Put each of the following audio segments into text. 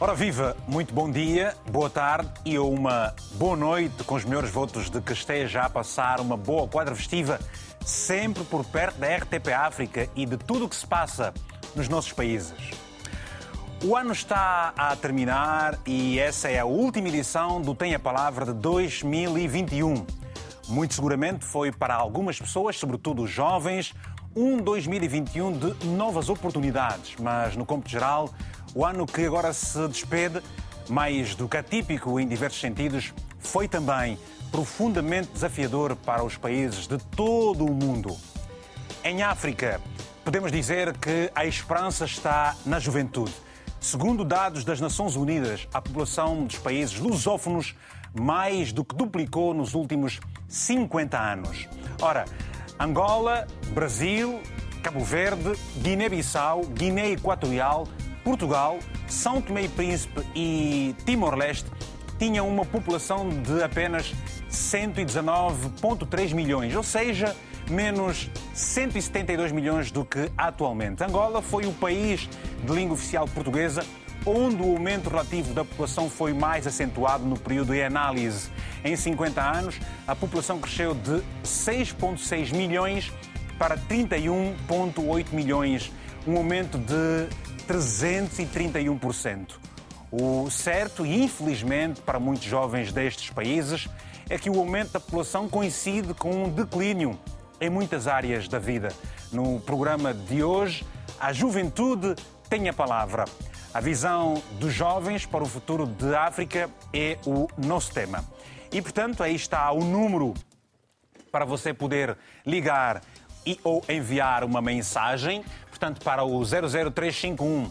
Ora viva, muito bom dia, boa tarde e uma boa noite com os melhores votos de que esteja a passar uma boa quadra festiva, sempre por perto da RTP África e de tudo o que se passa nos nossos países. O ano está a terminar e essa é a última edição do Tem a Palavra de 2021. Muito seguramente foi para algumas pessoas, sobretudo os jovens, um 2021 de novas oportunidades, mas no cômputo geral, o ano que agora se despede, mais do que atípico em diversos sentidos, foi também profundamente desafiador para os países de todo o mundo. Em África, podemos dizer que a esperança está na juventude. Segundo dados das Nações Unidas, a população dos países lusófonos mais do que duplicou nos últimos 50 anos. Ora, Angola, Brasil, Cabo Verde, Guiné-Bissau, Guiné Equatorial, Portugal, São Tomé e Príncipe e Timor-Leste tinham uma população de apenas 119,3 milhões, ou seja, menos 172 milhões do que atualmente. Angola foi o país de língua oficial portuguesa onde o aumento relativo da população foi mais acentuado no período em análise. Em 50 anos, a população cresceu de 6,6 milhões para 31,8 milhões, um aumento de 331%. O certo, e infelizmente para muitos jovens destes países, é que o aumento da população coincide com um declínio em muitas áreas da vida. No programa de hoje, a juventude tem a palavra. A visão dos jovens para o futuro de África é o nosso tema. E, portanto, aí está o número para você poder ligar ou enviar uma mensagem. Portanto, para o 00351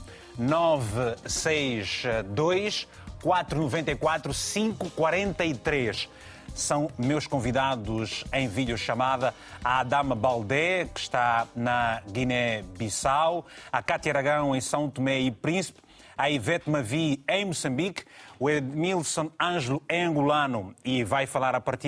962 494 543. São meus convidados em videochamada a Adama Baldé, que está na Guiné-Bissau, a Cátia Aragão em São Tomé e Príncipe, a Ivete Mavi em Moçambique, o Edmilson Ângelo é angolano e vai falar a partir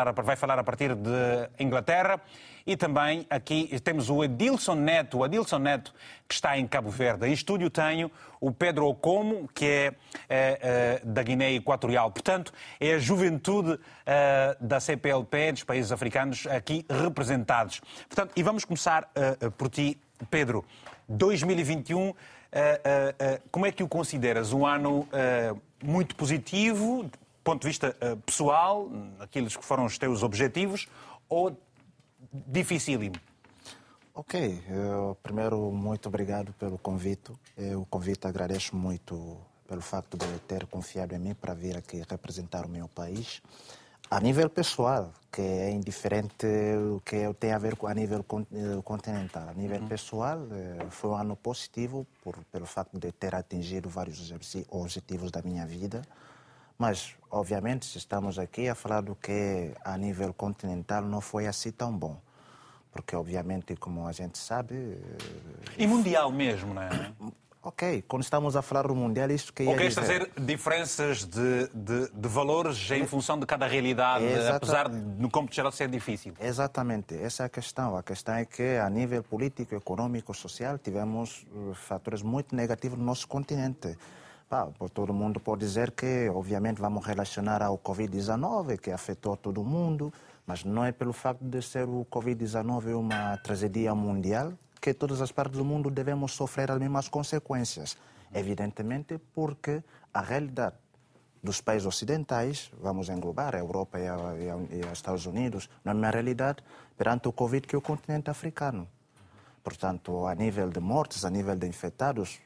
de Inglaterra. E também aqui temos o Adilson Neto, que está em Cabo Verde. Em estúdio tenho o Pedro Okomo, que é da Guiné Equatorial. Portanto, é a juventude da CPLP, dos países africanos, aqui representados. Portanto, e vamos começar por ti, Pedro. 2021, como é que o consideras? Um ano muito positivo, do ponto de vista pessoal, aqueles que foram os teus objetivos, ou dificílimo? Ok, primeiro, muito obrigado pelo convite. O convite agradeço muito pelo facto de ter confiado em mim para vir aqui representar o meu país. A nível pessoal, que é indiferente o que eu tenho a ver com a nível continental. A nível pessoal, foi um ano positivo pelo facto de ter atingido vários objetivos da minha vida. Mas, obviamente, estamos aqui a falar do que a nível continental não foi assim tão bom. Porque, obviamente, como a gente sabe... E mundial mesmo, não é? Ok, quando estamos a falar do mundial, isto que ia queres dizer... trazer diferenças de valores em função de cada realidade, apesar de, no cômputo geral, ser difícil? Exatamente, essa é a questão. A questão é que, a nível político, econômico, social, tivemos fatores muito negativos no nosso continente. Todo mundo pode dizer que, obviamente, vamos relacionar ao Covid-19, que afetou todo mundo, mas não é pelo facto de ser o Covid-19 uma tragédia mundial que todas as partes do mundo devemos sofrer as mesmas consequências. Evidentemente, porque a realidade dos países ocidentais, vamos englobar a Europa e os Estados Unidos, não é a mesma realidade perante o Covid que o continente africano. Portanto, a nível de mortes, a nível de infectados,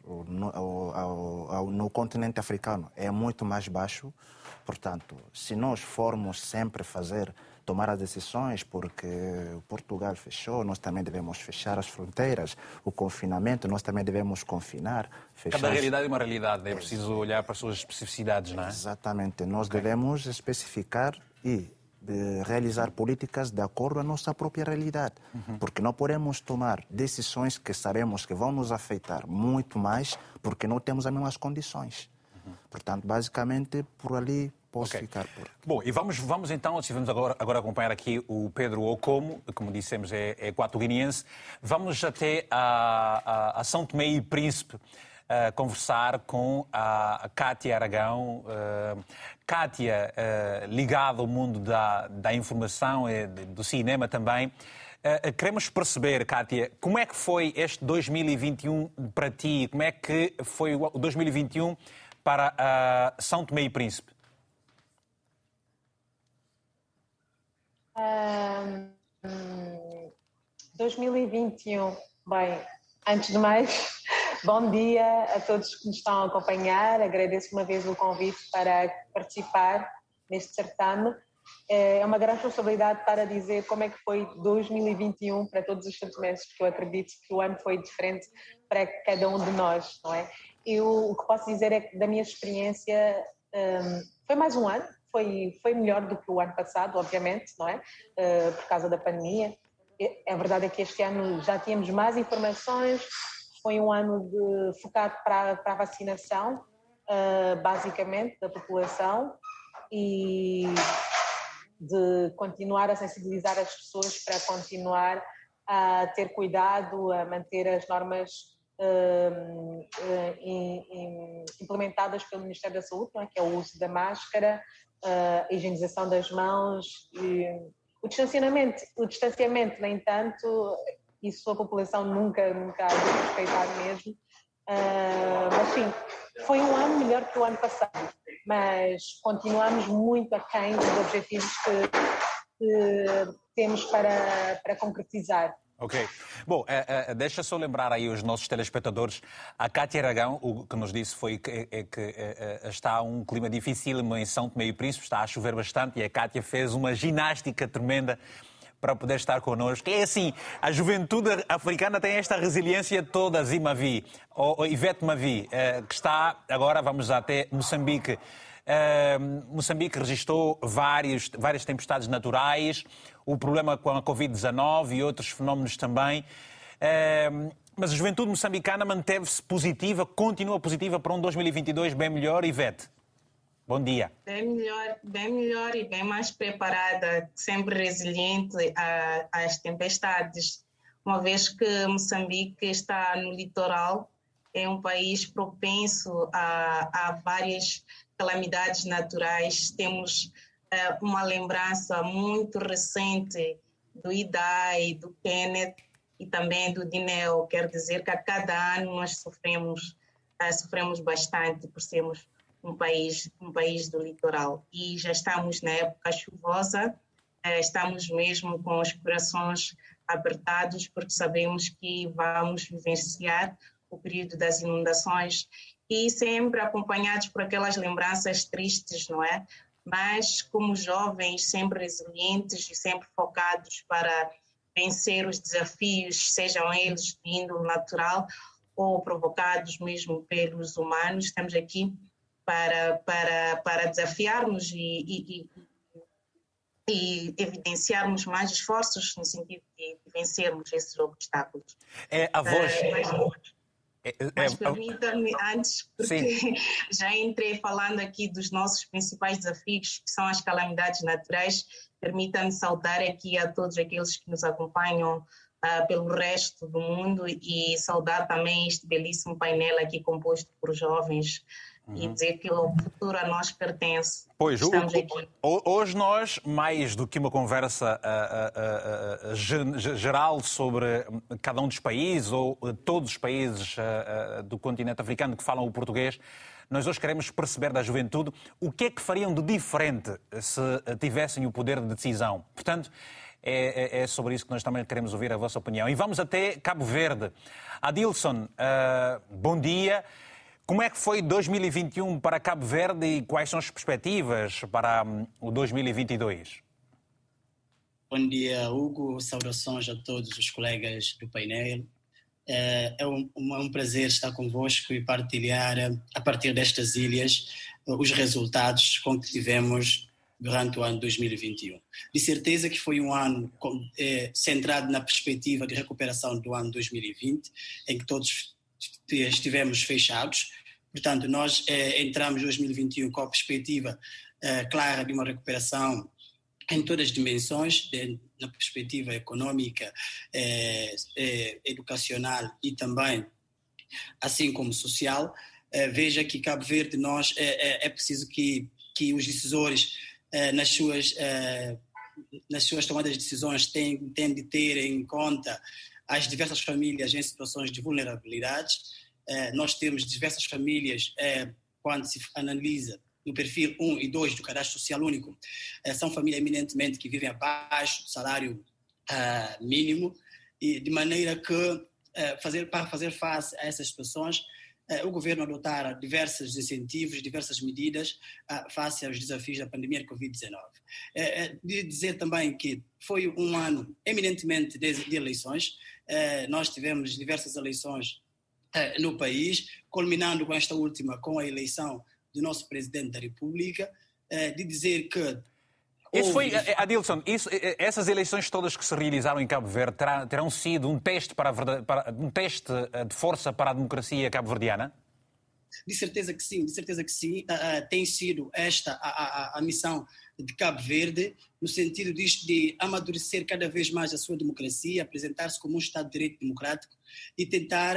no continente africano é muito mais baixo. Portanto, se nós formos sempre tomar as decisões, porque Portugal fechou, nós também devemos fechar as fronteiras, o confinamento, nós também devemos confinar. Cada realidade é uma realidade, é preciso olhar para as suas especificidades, não é? Exatamente, nós devemos especificar e realizar políticas de acordo com a nossa própria realidade. Porque não podemos tomar decisões que sabemos que vão nos afetar muito mais porque não temos as mesmas condições. Portanto, basicamente, por ali posso ficar por... Bom, e vamos então, se vamos agora acompanhar aqui o Pedro Okomo, como dissemos é equato-guineense, vamos até a São Tomé e Príncipe. conversar com a Kátia Aragão. Kátia, ligada ao mundo da informação e do cinema também. Queremos perceber, Kátia, como é que foi este 2021 para ti? Como é que foi o 2021 para São Tomé e Príncipe? 2021, bem, antes de mais, bom dia a todos que nos estão a acompanhar. Agradeço uma vez o convite para participar neste certame. É uma grande responsabilidade para dizer como é que foi 2021 para todos os santomenses, porque eu acredito que o ano foi diferente para cada um de nós, não é? O que posso dizer é que da minha experiência foi mais um ano, foi melhor do que o ano passado, obviamente, não é? Por causa da pandemia. A verdade é que este ano já tínhamos mais informações, foi um ano focado para a vacinação, basicamente, da população, e de continuar a sensibilizar as pessoas para continuar a ter cuidado, a manter as normas implementadas pelo Ministério da Saúde, não é? Que é o uso da máscara, a higienização das mãos, e o distanciamento, no entanto, isso a população nunca há de respeitar mesmo. Mas sim, foi um ano melhor que o ano passado, mas continuamos muito aquém dos objetivos que temos para concretizar. Ok. Bom, deixa só lembrar aí os nossos telespectadores. A Kátia Aragão, o que nos disse foi que está um clima difícil em São Tomé e Príncipe, está a chover bastante e a Kátia fez uma ginástica tremenda para poder estar connosco. É assim, a juventude africana tem esta resiliência toda, Zimavi, ou Ivete Mavi, que está agora, vamos até Moçambique. Moçambique registrou várias tempestades naturais, o problema com a Covid-19 e outros fenómenos também. Mas a juventude moçambicana manteve-se positiva, continua positiva para um 2022 bem melhor. Ivete, bom dia. Bem melhor e bem mais preparada, sempre resiliente às tempestades, uma vez que Moçambique está no litoral, é um país propenso a várias calamidades naturais. Temos uma lembrança muito recente do Idai, do Kenneth e também do Dineo. Quer dizer que a cada ano nós sofremos bastante por sermos um país do litoral. E já estamos na época chuvosa, estamos mesmo com os corações apertados porque sabemos que vamos vivenciar o período das inundações e sempre acompanhados por aquelas lembranças tristes, não é? Mas como jovens, sempre resilientes e sempre focados para vencer os desafios, sejam eles de índole natural ou provocados mesmo pelos humanos, estamos aqui para desafiarmos e evidenciarmos mais esforços no sentido de vencermos esses obstáculos. Mas permita-me antes, porque sim, já entrei falando aqui dos nossos principais desafios, que são as calamidades naturais. Permita-me saudar aqui a todos aqueles que nos acompanham pelo resto do mundo e saudar também este belíssimo painel aqui composto por jovens e dizer que o futuro a nós pertence. Pois, hoje nós, mais do que uma conversa geral sobre cada um dos países ou todos os países do continente africano que falam o português, nós hoje queremos perceber da juventude o que é que fariam de diferente se tivessem o poder de decisão. Portanto, é sobre isso que nós também queremos ouvir a vossa opinião. E vamos até Cabo Verde. Adilson, bom dia. Como é que foi 2021 para Cabo Verde e quais são as perspectivas para o 2022? Bom dia, Hugo. Saudações a todos os colegas do painel. É um prazer estar convosco e partilhar, a partir destas ilhas, os resultados com que tivemos durante o ano 2021. De certeza que foi um ano centrado na perspectiva de recuperação do ano 2020, em que todos estivemos fechados. Portanto, nós entramos em 2021 com a perspectiva clara de uma recuperação em todas as dimensões, na perspectiva econômica, educacional e também assim como social. Veja que Cabo Verde, nós, é preciso que os decisores, nas suas tomadas de decisões, têm de ter em conta as diversas famílias em situações de vulnerabilidade. Nós temos diversas famílias, quando se analisa no perfil 1 e 2 do cadastro social único, são famílias eminentemente que vivem abaixo do salário mínimo, e de maneira que, para fazer face a essas situações, o governo adotara diversos incentivos, diversas medidas face aos desafios da pandemia de Covid-19. De dizer também que foi um ano eminentemente de eleições. Nós tivemos diversas eleições no país, culminando com esta última, com a eleição do nosso Presidente da República, de dizer que... Isso foi, Adilson, essas eleições todas que se realizaram em Cabo Verde terão sido um teste, um teste de força para a democracia cabo-verdiana? De certeza que sim, tem sido esta a missão de Cabo Verde, no sentido de amadurecer cada vez mais a sua democracia, apresentar-se como um Estado de Direito democrático e tentar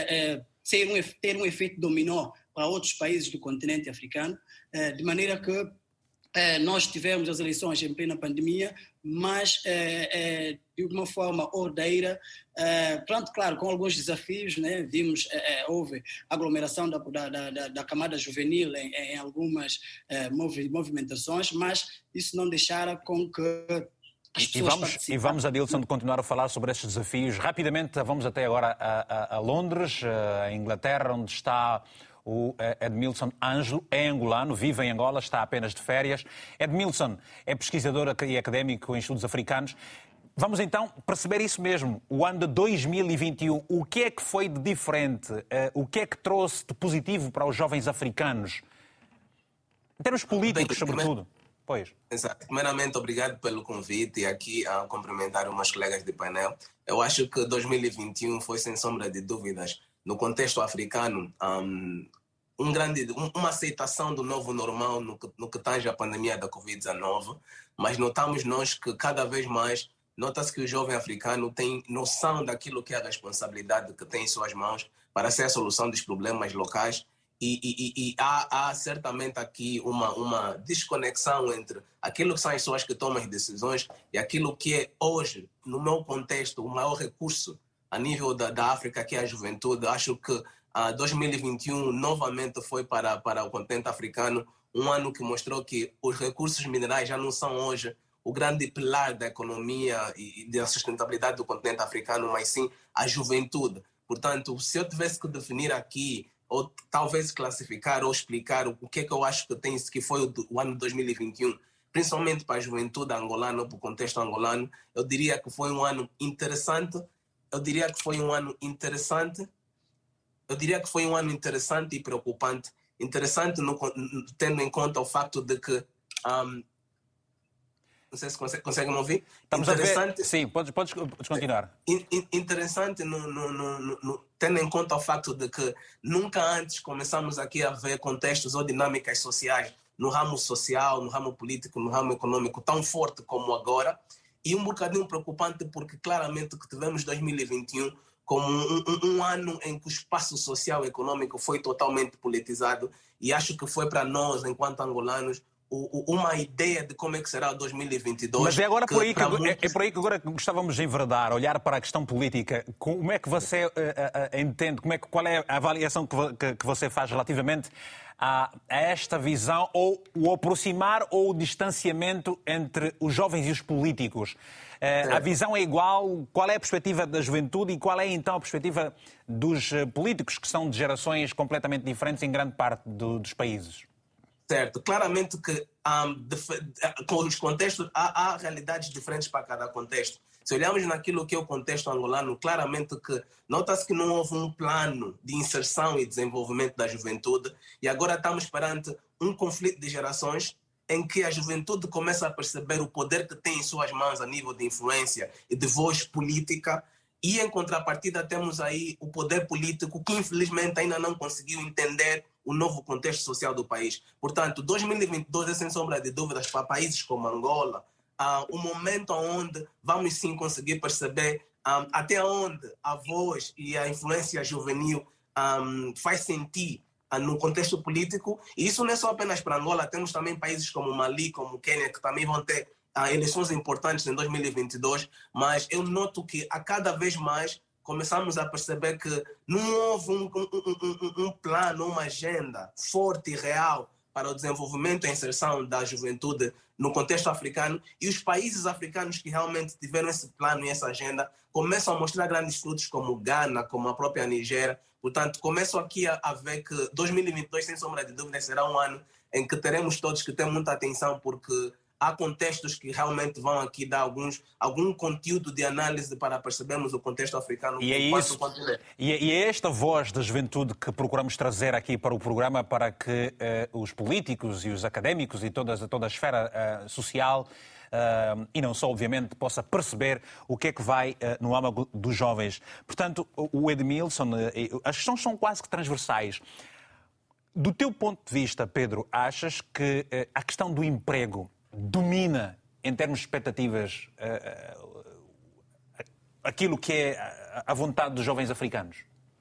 ter um efeito dominó para outros países do continente africano, de maneira que nós tivemos as eleições em plena pandemia, mas de uma forma ordeira, claro, com alguns desafios, né? Vimos, houve aglomeração da camada juvenil em algumas movimentações, mas isso não deixara com que as pessoas e vamos, Adilson, de continuar a falar sobre estes desafios. Rapidamente, vamos até agora a Londres, a Inglaterra, onde está o Edmilson Ângelo, é angolano, vive em Angola, está apenas de férias. Edmilson é pesquisador e académico em estudos africanos. Vamos então perceber isso mesmo. O ano de 2021, o que é que foi de diferente? O que é que trouxe de positivo para os jovens africanos? Em termos políticos, sobretudo. Pois. Exato. Primeiramente, obrigado pelo convite e aqui a cumprimentar os meus colegas de painel. Eu acho que 2021 foi, sem sombra de dúvidas, no contexto africano, uma aceitação do novo normal no que tange a pandemia da Covid-19, mas notamos nós que cada vez mais nota-se que o jovem africano tem noção daquilo que é a responsabilidade que tem em suas mãos para ser a solução dos problemas locais e há certamente aqui uma desconexão entre aquilo que são as pessoas que tomam as decisões e aquilo que é hoje, no meu contexto, o maior recurso a nível da África, que é a juventude. Acho que 2021 novamente foi para o continente africano um ano que mostrou que os recursos minerais já não são hoje o grande pilar da economia e da sustentabilidade do continente africano, mas sim a juventude. Portanto, se eu tivesse que definir aqui, ou talvez classificar ou explicar o que é que eu acho que foi o ano de 2021, principalmente para a juventude angolana, para o contexto angolano, eu diria que foi um ano interessante. Eu diria que foi um ano interessante e preocupante. Interessante tendo em conta o facto de que... não sei se conseguem me ouvir. Estamos a ver. Sim, podes continuar. Interessante tendo em conta o facto de que nunca antes começamos aqui a ver contextos ou dinâmicas sociais no ramo social, no ramo político, no ramo econômico tão forte como agora. E um bocadinho preocupante porque claramente que tivemos 2021 como um ano em que o espaço social e econômico foi totalmente politizado e acho que foi para nós, enquanto angolanos, uma ideia de como é que será 2022. Mas é agora por aí que agora gostávamos de enverdar, olhar para a questão política. Como é que você entende, qual é a avaliação que você faz relativamente a esta visão, ou o aproximar ou o distanciamento entre os jovens e os políticos? A visão é igual? Qual é a perspectiva da juventude e qual é então a perspectiva dos políticos, que são de gerações completamente diferentes em grande parte dos países? Certo, claramente que com os contextos há realidades diferentes para cada contexto. Se olharmos naquilo que é o contexto angolano, claramente que nota-se que não houve um plano de inserção e desenvolvimento da juventude e agora estamos perante um conflito de gerações em que a juventude começa a perceber o poder que tem em suas mãos a nível de influência e de voz política e em contrapartida temos aí o poder político que infelizmente ainda não conseguiu entender o novo contexto social do país. Portanto, 2022 é sem sombra de dúvidas para países como Angola, um momento onde vamos sim conseguir perceber até onde a voz e a influência juvenil faz sentir no contexto político. E isso não é só apenas para Angola, temos também países como Mali, como Quênia, que também vão ter eleições importantes em 2022, mas eu noto que a cada vez mais começamos a perceber que não houve um plano, uma agenda forte e real para o desenvolvimento e a inserção da juventude no contexto africano, e os países africanos que realmente tiveram esse plano e essa agenda começam a mostrar grandes frutos, como Ghana, como a própria Nigéria. Portanto, começo aqui a ver que 2022, sem sombra de dúvida, será um ano em que teremos todos que ter muita atenção, porque há contextos que realmente vão aqui dar algum conteúdo de análise para percebermos o contexto africano enquanto continente. E é esta voz da juventude que procuramos trazer aqui para o programa, para que os políticos e os académicos e toda a esfera social, e não só, obviamente, possa perceber o que é que vai no âmago dos jovens. Portanto, o Edmilson, as questões são quase que transversais. Do teu ponto de vista, Pedro, achas que a questão do emprego domina, em termos de expectativas, aquilo que é a vontade dos jovens africanos?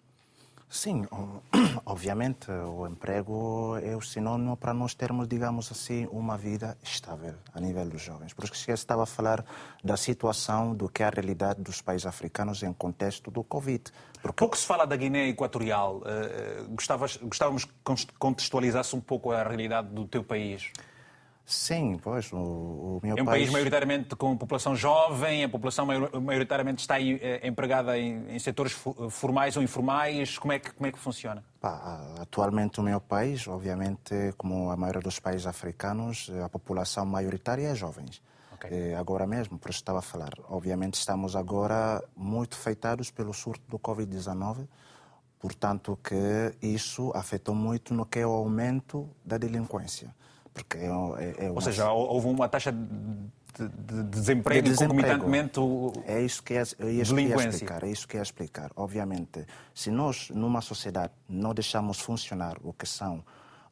Sim, obviamente o emprego é o sinónimo para nós termos, digamos assim, uma vida estável a nível dos jovens. Por isso que eu estava a falar da situação, do que é a realidade dos países africanos em contexto do Covid. Porque pouco se fala da Guiné Equatorial. Gostávamos que contextualizasse um pouco a realidade do teu país. Sim, pois, o meu país... É um país maioritariamente com população jovem, a população maioritariamente está empregada em setores formais ou informais. Como é que funciona? Atualmente o meu país, obviamente, como a maioria dos países africanos, a população maioritária é jovens. Okay. Agora mesmo, por isso estava a falar, obviamente estamos agora muito afetados pelo surto do Covid-19, portanto que isso afetou muito no que é o aumento da delinquência. Porque Ou seja, houve uma taxa de desemprego e concomitantemente é isso que eu ia explicar. É isso que eu ia explicar. Obviamente, se nós, numa sociedade, não deixamos funcionar o que são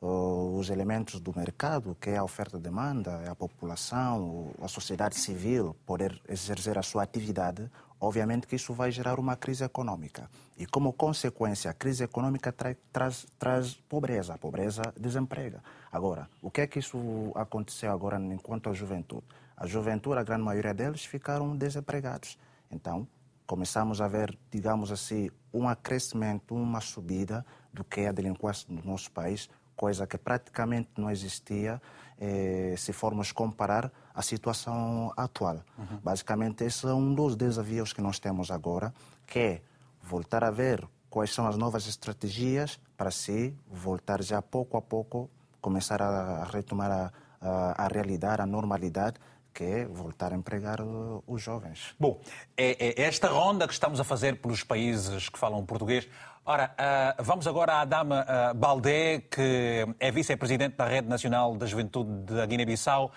os elementos do mercado, que é a oferta e demanda, a população, a sociedade civil poder exercer a sua atividade, obviamente que isso vai gerar uma crise econômica. E como consequência, a crise econômica traz pobreza. A pobreza desemprega. Agora, o que é que isso aconteceu agora enquanto a juventude? A juventude, a grande maioria deles, ficaram desempregados. Então, começamos a ver, digamos assim, um acrescimento, uma subida do que é a delinquência no nosso país, coisa que praticamente não existia se formos comparar a situação atual. Basicamente, esse é um dos desafios que nós temos agora, que é voltar a ver quais são as novas estratégias para se voltar já pouco a pouco, começar a retomar a realidade, a normalidade, que é voltar a empregar os jovens. Bom, é esta ronda que estamos a fazer pelos países que falam português. Ora, vamos agora à Adama Baldé, que é vice-presidente da Rede Nacional da Juventude da Guiné-Bissau.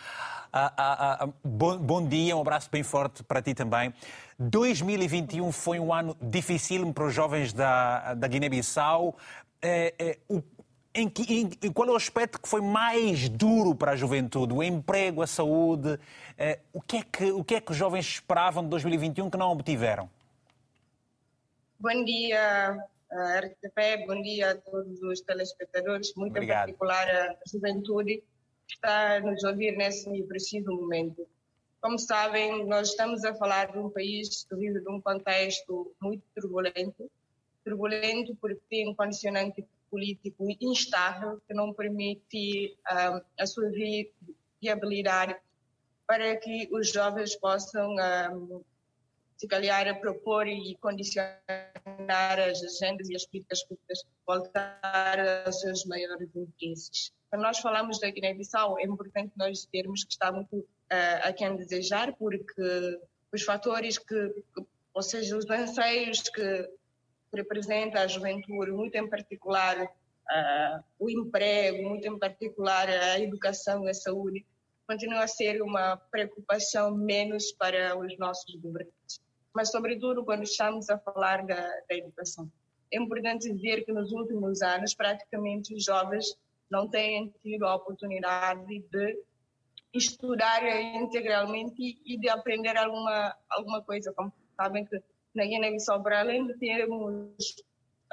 Bom dia, um abraço bem forte para ti também. 2021 foi um ano dificílimo para os jovens da Guiné-Bissau. Qual é o aspecto que foi mais duro para a juventude? O emprego, a saúde? O que é que os jovens esperavam de 2021 que não obtiveram? Bom dia, RTP, bom dia a todos os telespectadores, muito em particular a juventude que está a nos ouvir nesse preciso momento. Como sabem, nós estamos a falar de um país que vive num contexto muito turbulento porque tem um condicionante político instável que não permite a sua viabilidade para que os jovens possam, se calhar, propor e condicionar as agendas e as políticas públicas voltar aos seus maiores interesses. Quando nós falamos da Guiné-Bissau, é importante nós termos que está muito a quem desejar, porque os fatores ou seja, os anseios que representa a juventude, muito em particular o emprego, muito em particular a educação e a saúde, continua a ser uma preocupação menos para os nossos governantes. Mas, sobretudo, quando estamos a falar da educação. É importante dizer que nos últimos anos, praticamente, os jovens não têm tido a oportunidade de estudar integralmente e de aprender alguma coisa. Como sabem que na Guiné-Bissau, para além de termos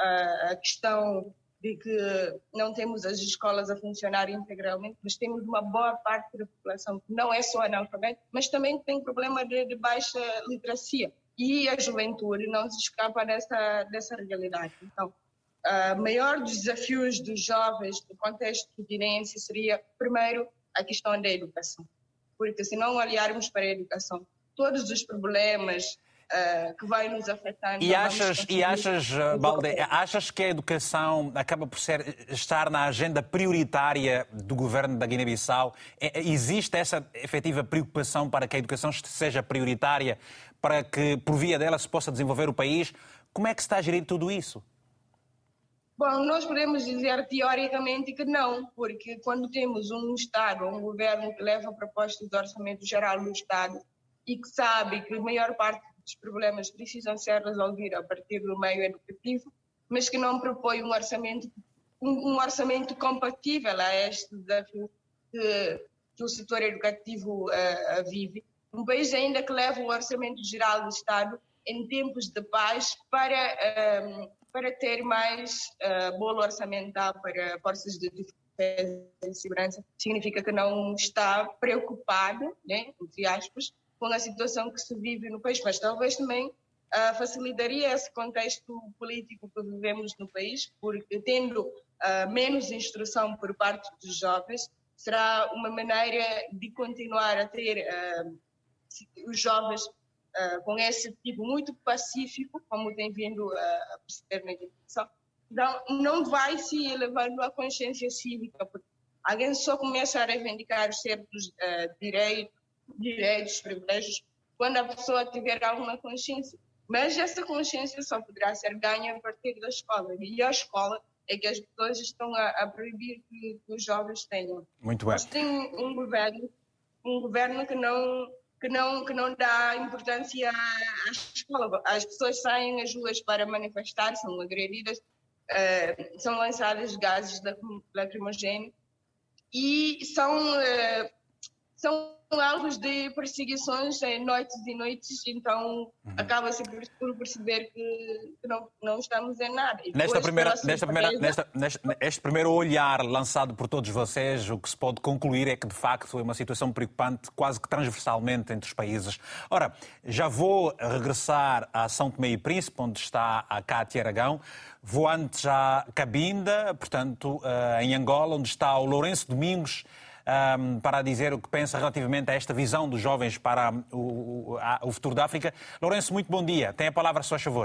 a questão de que não temos as escolas a funcionar integralmente, mas temos uma boa parte da população que não é só analfabeta, mas também tem problema de baixa literacia. E a juventude não se escapa dessa realidade. Então, o maior dos desafios dos jovens do contexto guineense seria, primeiro, a questão da educação. Porque se não olharmos para a educação, todos os problemas que vai nos afetando... E achas, Balde, achas que a educação acaba por estar na agenda prioritária do governo da Guiné-Bissau? Existe essa efetiva preocupação para que a educação seja prioritária, para que, por via dela, se possa desenvolver o país? Como é que se está a gerir tudo isso? Bom, nós podemos dizer teoricamente que não, porque quando temos um Estado, um governo que leva propostas do Orçamento Geral do Estado e que sabe que a maior parte dos problemas precisam ser resolvidos a partir do meio educativo, mas que não propõe um orçamento compatível a este desafio que o setor educativo vive. Um país ainda que leva o Orçamento Geral do Estado em tempos de paz para ter mais bolo orçamental para forças de defesa e segurança, significa que não está preocupado, né, entre aspas, com a situação que se vive no país, mas talvez também facilitaria esse contexto político que vivemos no país, porque tendo menos instrução por parte dos jovens, será uma maneira de continuar a ter os jovens com esse tipo muito pacífico, como tem vindo a perceber na educação. Então, não vai se elevando a consciência cívica, porque alguém só começa a reivindicar certos direitos, privilégios, quando a pessoa tiver alguma consciência. Mas essa consciência só poderá ser ganha a partir da escola. E a escola é que as pessoas estão a proibir que os jovens tenham. Muito bem. Nós temos um governo que não dá importância à escola. As pessoas saem às ruas para manifestar, são agredidas, são lançadas gases lacrimogéneos e são alvos de perseguições noites e noites, então acaba-se por perceber que não estamos em nada. Este primeiro olhar lançado por todos vocês, o que se pode concluir é que, de facto, é uma situação preocupante quase que transversalmente entre os países. Ora, já vou regressar a São Tomé e Príncipe, onde está a Cátia Aragão. Vou antes a Cabinda, portanto, em Angola, onde está o Lourenço Domingos, para dizer o que pensa relativamente a esta visão dos jovens para o futuro da África. Lourenço, muito bom dia. Tem a palavra, a seu favor.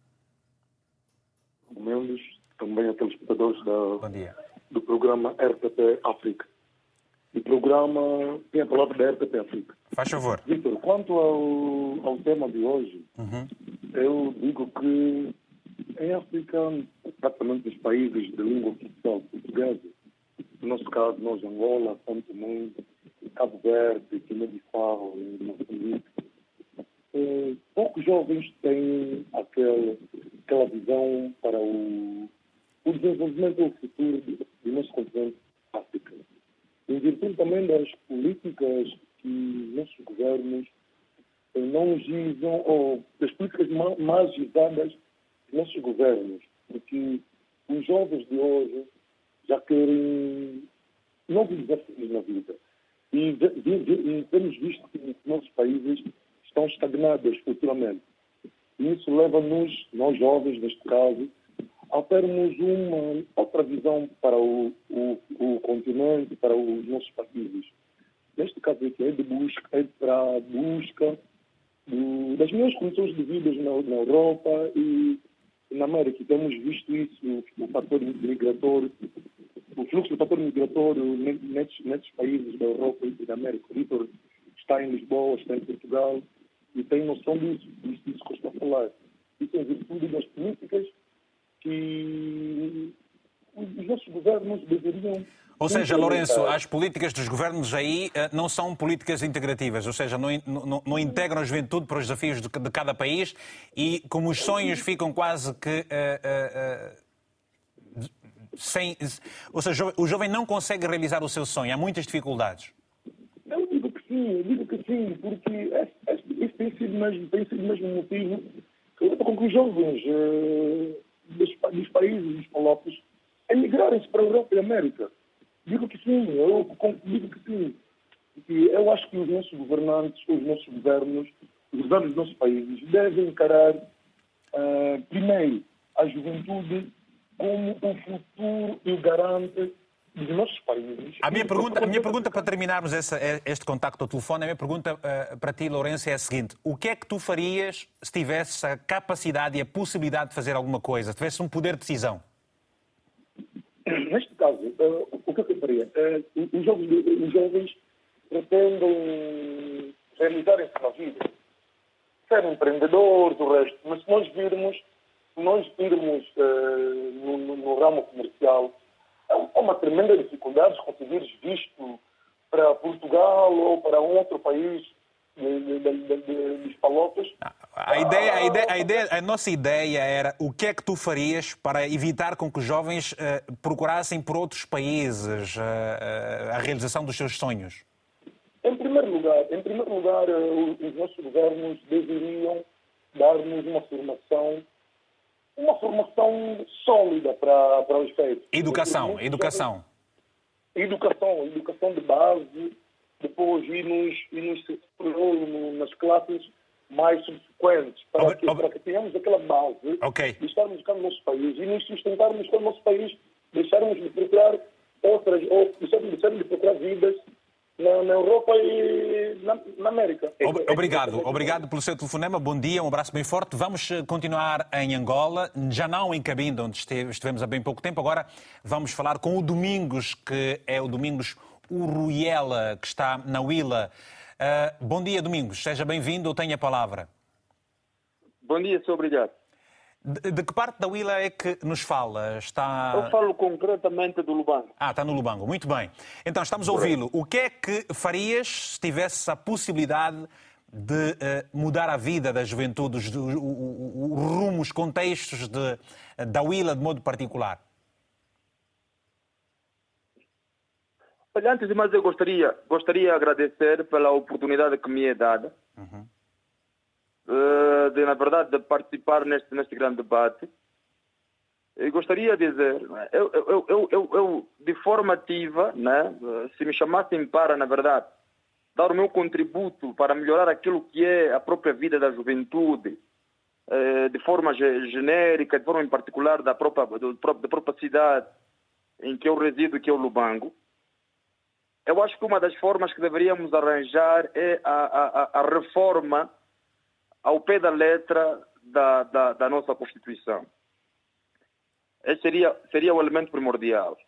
Mendes, também a telespectadores do programa RTP África. O programa tem a palavra da RTP África. Faz favor. Vítor, quanto ao tema de hoje, eu digo que em África, praticamente os países de língua oficial portuguesa, no nosso caso, nós, Angola, São Tomé, Cabo Verde, Guiné-Bissau e Moçambique, poucos jovens têm aquela visão para o desenvolvimento do futuro do nosso continente África. Em virtude também das políticas que nossos governos não agizam, ou das políticas mais agizadas dos nossos governos, porque os jovens de hoje já querem novos desafios na vida. E temos visto que nossos países estão estagnados futuramente. E isso leva-nos, nós jovens neste caso, a termos uma outra visão para o continente, para os nossos países. Neste caso aqui é para a busca das melhores condições de vida na Europa e na América. Temos visto isso, o fator migratório, o fluxo do fator migratório nesses países da Europa e da América. O Vítor está em Lisboa, está em Portugal e tem noção disso que eu estou a falar. Isso é em virtude das políticas que os nossos governos deveriam... Ou seja, Lourenço, as políticas dos governos aí não são políticas integrativas, ou seja, não integram a juventude para os desafios de cada país e como os sonhos ficam quase que... ou seja, o jovem não consegue realizar o seu sonho, há muitas dificuldades. Eu digo que sim, porque esse tem sido mesmo o motivo com que os jovens dos países hispalópicos emigrarem-se para a Europa e a América. Digo que sim, digo que sim. E eu acho que os nossos governantes, os nossos governos, os governos dos nossos países devem encarar primeiro a juventude como o futuro e o garante dos nossos países. A minha pergunta para terminarmos este contacto ao telefone, a minha pergunta para ti, Lourenço, é a seguinte. O que é que tu farias se tivesses a capacidade e a possibilidade de fazer alguma coisa, se tivesses um poder de decisão? Neste caso, o que eu faria? Os jovens pretendem realizarem-se na vida, serem empreendedores, o resto. Mas se nós irmos no ramo comercial, há uma tremenda dificuldade de conseguir visto para Portugal ou para um outro país dos palopes. A nossa ideia era o que é que tu farias para evitar com que os jovens procurassem por outros países a realização dos seus sonhos? Em primeiro lugar, os nossos governos deveriam dar-nos uma formação sólida para o efeito. Educação de base, depois ir nas classes mais subsequentes, para que tenhamos aquela base de estarmos cá no nosso país e nos sustentarmos com o nosso país, deixarmos de procurar deixarmos de procurar vidas na Europa e na América. Obrigado pelo seu telefonema. Bom dia, um abraço bem forte. Vamos continuar em Angola, já não em Cabinda, onde estivemos há bem pouco tempo. Agora vamos falar com o Domingos, que é o Domingos Urruiela, que está na Huila. Bom dia, Domingos. Seja bem-vindo. Eu tenho a palavra. Bom dia, sou obrigado. De que parte da Huila é que nos fala? Eu falo concretamente do Lubango. Está no Lubango. Muito bem. Então, estamos a ouvi-lo. O que é que farias se tivesse a possibilidade de mudar a vida da juventude, os rumos, os contextos da Huila de modo particular? Olha, antes de mais, eu gostaria de agradecer pela oportunidade que me é dada. Na verdade, de participar neste grande debate. Eu gostaria de dizer, eu de forma ativa, né, se me chamassem para, na verdade, dar o meu contributo para melhorar aquilo que é a própria vida da juventude, de forma genérica, de forma em particular da própria cidade em que eu resido, que é o Lubango, eu acho que uma das formas que deveríamos arranjar é a reforma ao pé da letra da nossa Constituição. Esse seria o elemento primordial.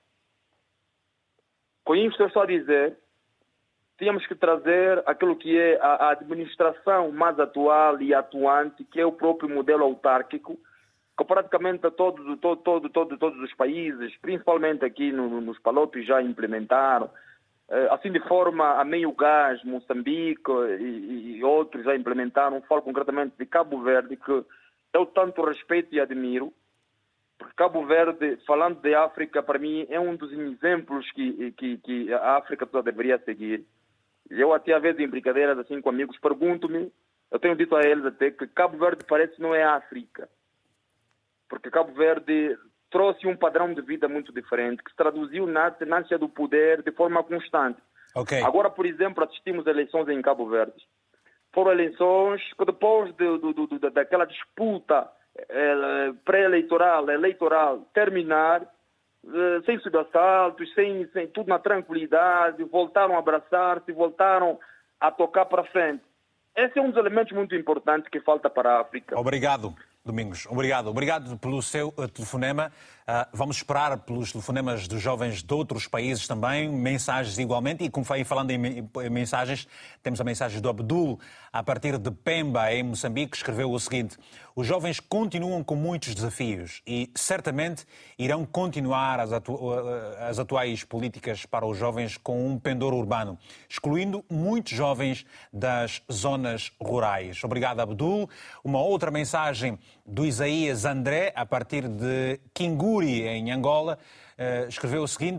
Com isso, estou só a dizer, tínhamos que trazer aquilo que é a administração mais atual e atuante, que é o próprio modelo autárquico, que praticamente todos os países, principalmente aqui nos palopes, já implementaram. Assim, de forma a meio gás, Moçambique e outros já implementaram. Falo concretamente de Cabo Verde, que eu tanto respeito e admiro, porque Cabo Verde, falando de África, para mim é um dos exemplos que a África toda deveria seguir. Eu até às vezes em brincadeiras assim com amigos pergunto-me, eu tenho dito a eles até que Cabo Verde parece não é África, porque Cabo Verde trouxe um padrão de vida muito diferente, que se traduziu na ânsia do poder de forma constante. Agora, por exemplo, assistimos a eleições em Cabo Verde. Foram eleições que depois daquela disputa pré-eleitoral, eleitoral, terminar, sem sobressaltos, sem tudo na tranquilidade, voltaram a abraçar-se, voltaram a tocar para frente. Esse é um dos elementos muito importantes que falta para a África. Obrigado, Domingos. Obrigado pelo seu telefonema. Vamos esperar pelos telefonemas dos jovens de outros países também, mensagens igualmente. E como foi falando em mensagens, temos a mensagem do Abdul, a partir de Pemba, em Moçambique, que escreveu o seguinte: os jovens continuam com muitos desafios e certamente irão continuar as atuais políticas para os jovens com um pendor urbano, excluindo muitos jovens das zonas rurais. Obrigado, Abdul. Uma outra mensagem do Isaías André, a partir de Kinguri, em Angola, escreveu o seguinte: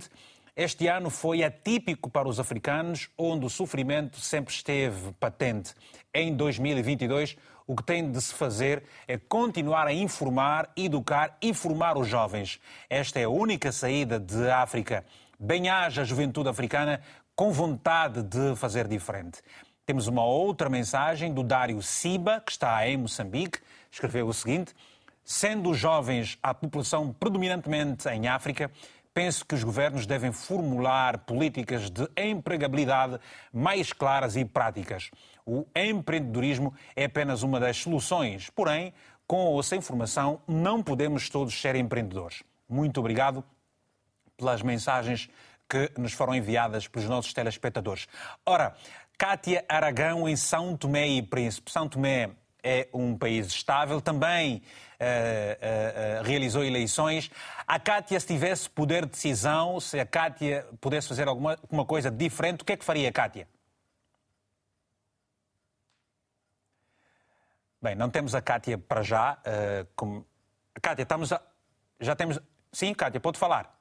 Este ano foi atípico para os africanos, onde o sofrimento sempre esteve patente. Em 2022, o que tem de se fazer é continuar a informar, educar e formar os jovens. Esta é a única saída de África. Bem-haja a juventude africana com vontade de fazer diferente. Temos uma outra mensagem do Dário Siba, que está em Moçambique. Escreveu o seguinte: sendo os jovens a população predominantemente em África, penso que os governos devem formular políticas de empregabilidade mais claras e práticas. O empreendedorismo é apenas uma das soluções, porém, com ou sem formação, não podemos todos ser empreendedores. Muito obrigado pelas mensagens que nos foram enviadas pelos nossos telespectadores. Ora, Cátia Aragão, em São Tomé e Príncipe. São Tomé é um país estável, também realizou eleições. A Cátia, se tivesse poder de decisão, se a Cátia pudesse fazer alguma coisa diferente, o que é que faria, Cátia? Bem, não temos a Cátia para já. Cátia, já temos... Sim, Cátia, pode falar.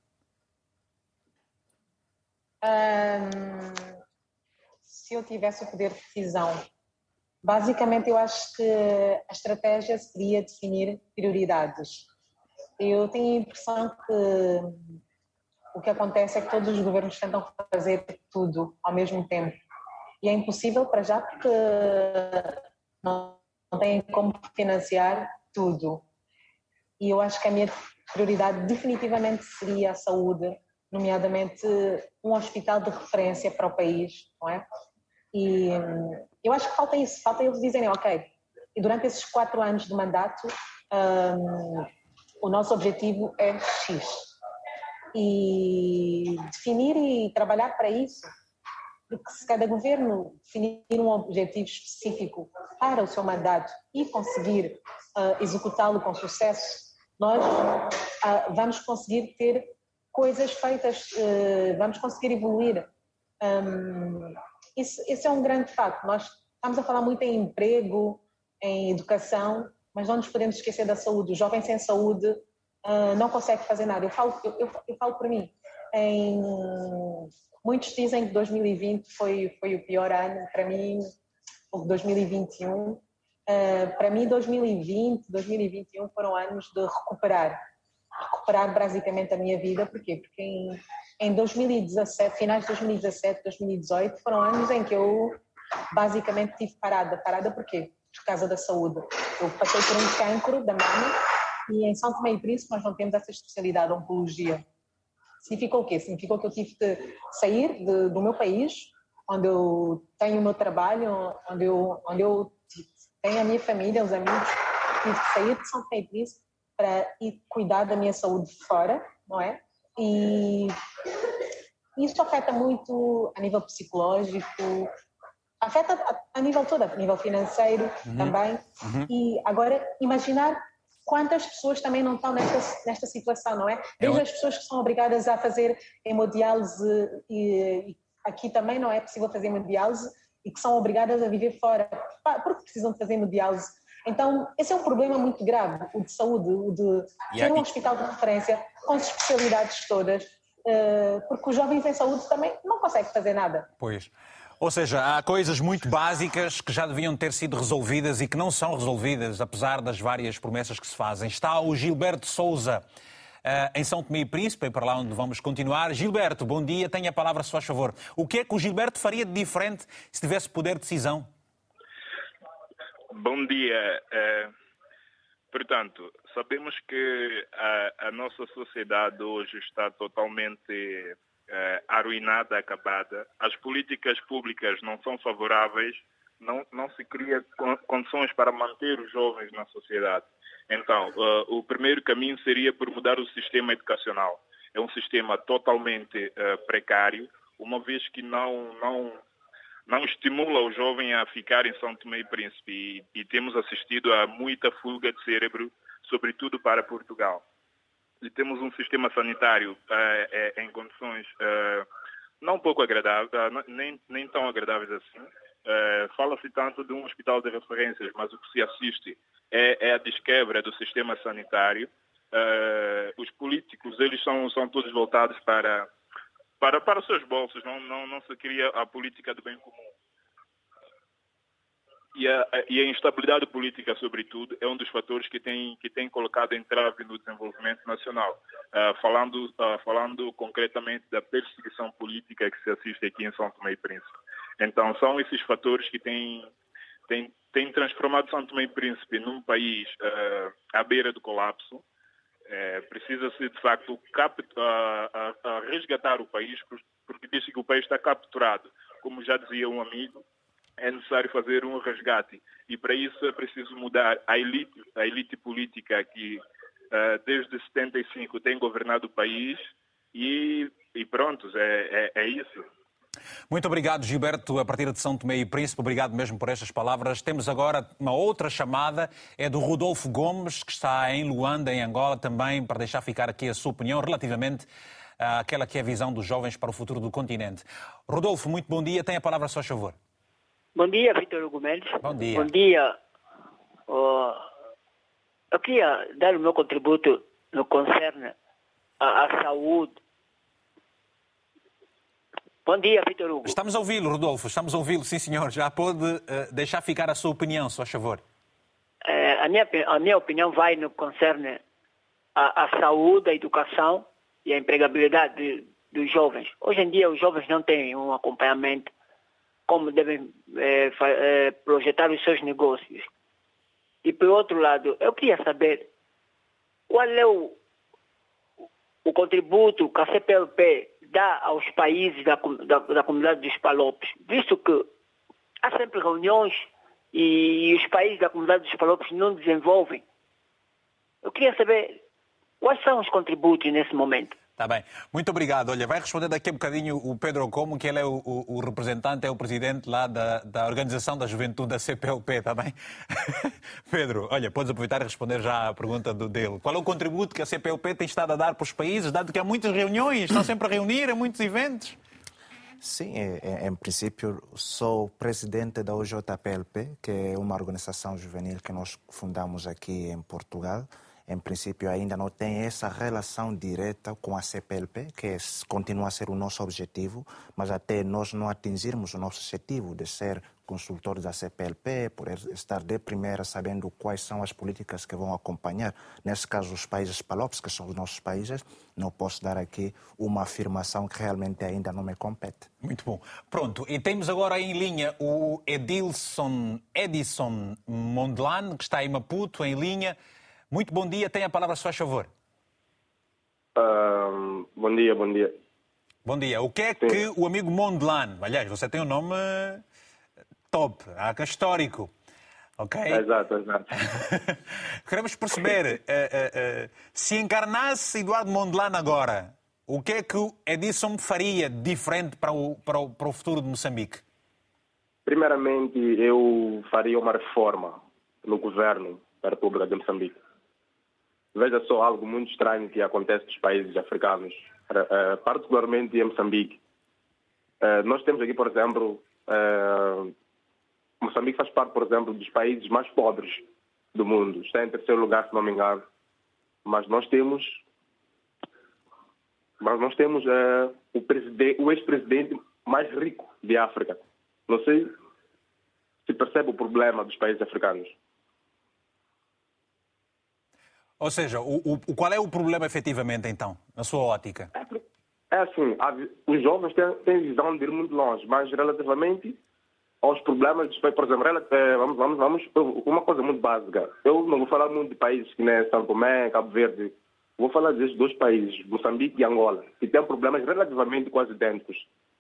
Se eu tivesse o poder de decisão, basicamente eu acho que a estratégia seria definir prioridades. Eu tenho a impressão que o que acontece é que todos os governos tentam fazer tudo ao mesmo tempo. E é impossível para já porque não têm como financiar tudo. E eu acho que a minha prioridade definitivamente seria a saúde, nomeadamente um hospital de referência para o país, não é? E eu acho que falta isso, falta eles dizerem, ok, e durante esses 4 anos de mandato o nosso objetivo é X. E definir e trabalhar para isso. Porque se cada governo definir um objetivo específico para o seu mandato e conseguir executá-lo com sucesso, nós vamos conseguir ter coisas feitas, vamos conseguir evoluir. Esse é um grande facto. Nós estamos a falar muito em emprego, em educação, mas não nos podemos esquecer da saúde. O jovem sem saúde não consegue fazer nada. Eu falo por mim. Muitos dizem que 2020 foi o pior ano. Para mim, ou 2021. Para mim, 2020, 2021 foram anos de recuperar basicamente a minha vida. Porquê? Porque em 2017, finais de 2017, 2018, foram anos em que eu basicamente estive parada porquê? Por causa da saúde. Eu passei por um cancro da mama e em São Tomé e Príncipe nós não temos essa especialidade, oncologia. Significou o quê? Significou que eu tive que sair do meu país, onde eu tenho o meu trabalho, onde eu tenho a minha família, os amigos. Tive que sair de São Tomé e Príncipe para ir cuidar da minha saúde fora, não é? E isso afeta muito a nível psicológico, afeta a nível todo, a nível financeiro também. E agora, imaginar quantas pessoas também não estão nesta situação, não é? Desde as pessoas que são obrigadas a fazer hemodiálise e aqui também não é possível fazer hemodiálise e que são obrigadas a viver fora porque precisam de fazer hemodiálise. Então, esse é um problema muito grave, o de saúde, o de ter um hospital de referência com as especialidades todas, porque os jovens em saúde também não conseguem fazer nada. Pois. Ou seja, há coisas muito básicas que já deviam ter sido resolvidas e que não são resolvidas, apesar das várias promessas que se fazem. Está o Gilberto Souza em São Tomé e Príncipe, é para lá onde vamos continuar. Gilberto, bom dia, tenha a palavra, se faz favor. O que é que o Gilberto faria de diferente se tivesse poder de decisão? Bom dia. Portanto, sabemos que a nossa sociedade hoje está totalmente arruinada, acabada. As políticas públicas não são favoráveis, não se cria condições para manter os jovens na sociedade. Então, o primeiro caminho seria por mudar o sistema educacional. É um sistema totalmente precário, uma vez que não estimula o jovem a ficar em São Tomé e Príncipe e temos assistido a muita fuga de cérebro, sobretudo para Portugal. E temos um sistema sanitário em condições não pouco agradáveis, nem tão agradáveis assim. Fala-se tanto de um hospital de referências, mas o que se assiste é a desquebra do sistema sanitário. Os políticos, eles são todos voltados para para os seus bolsos, não se cria a política do bem comum. E a instabilidade política, sobretudo, é um dos fatores que tem colocado entrave no desenvolvimento nacional. Falando concretamente da perseguição política que se assiste aqui em São Tomé e Príncipe. Então, são esses fatores que têm transformado São Tomé e Príncipe num país à beira do colapso. Precisa-se, de facto, resgatar o país, porque diz que o país está capturado. Como já dizia um amigo, é necessário fazer um resgate. E para isso é preciso mudar a elite política que desde 75 tem governado o país e pronto, é isso. Muito obrigado, Gilberto, a partir de São Tomé e Príncipe. Obrigado mesmo por estas palavras. Temos agora uma outra chamada, é do Rodolfo Gomes, que está em Luanda, em Angola, também para deixar ficar aqui a sua opinião relativamente àquela que é a visão dos jovens para o futuro do continente. Rodolfo, muito bom dia. Tem a palavra, só a favor. Bom dia, Vítor Hugo Mendes. Bom dia. Bom dia. Eu queria dar o meu contributo no que concerne à saúde. Bom dia, Vítor Hugo. Estamos a ouvi-lo, Rodolfo. Estamos a ouvi-lo, sim, senhor. Já pode deixar ficar a sua opinião, só a favor. A minha opinião vai no que concerne à saúde, à educação e à empregabilidade dos jovens. Hoje em dia, os jovens não têm um acompanhamento como devem projetar os seus negócios. E, por outro lado, eu queria saber qual é o contributo que a CPLP dá aos países da comunidade dos Palopes, visto que há sempre reuniões e os países da comunidade dos Palopes não desenvolvem. Eu queria saber quais são os contributos nesse momento. Está bem. Muito obrigado. Olha, vai responder daqui a bocadinho o Pedro Como, que ele é o representante, é o presidente lá da Organização da Juventude da CPLP, está bem? Pedro, olha, podes aproveitar e responder já à pergunta dele. Qual é o contributo que a CPLP tem estado a dar para os países, dado que há muitas reuniões, estão sempre a reunir, há muitos eventos? Sim, em princípio, sou o presidente da OJPLP, que é uma organização juvenil que nós fundamos aqui em Portugal. Em princípio, ainda não tem essa relação direta com a CPLP, que continua a ser o nosso objetivo, mas até nós não atingirmos o nosso objetivo de ser consultores da CPLP, por estar de primeira sabendo quais são as políticas que vão acompanhar, nesse caso os países Palopes, que são os nossos países, não posso dar aqui uma afirmação que realmente ainda não me compete. Muito bom. Pronto, e temos agora em linha o Edison Mondlane, que está em Maputo, em linha. Muito bom dia, tem a palavra, se faz favor. Bom dia. Bom dia. O que é que o amigo Mondlane, aliás, você tem um nome top, histórico, ok? Exato. Queremos perceber, se encarnasse Eduardo Mondlane agora, o que é que o Edison faria diferente para o futuro de Moçambique? Primeiramente, eu faria uma reforma no governo da República de Moçambique. Veja só algo muito estranho que acontece nos países africanos, particularmente em Moçambique. Nós temos aqui, por exemplo, Moçambique faz parte, por exemplo, dos países mais pobres do mundo. Está em terceiro lugar, se não me engano. Mas nós temos o ex-presidente mais rico de África. Não sei se percebe o problema dos países africanos. Ou seja, qual é o problema efetivamente, então, na sua ótica? É assim, os jovens têm visão de ir muito longe, mas relativamente aos problemas dos países, por exemplo, vamos uma coisa muito básica. Eu não vou falar muito de países que nem São Tomé, Cabo Verde. Vou falar desses dois países, Moçambique e Angola, que têm problemas relativamente quase idênticos.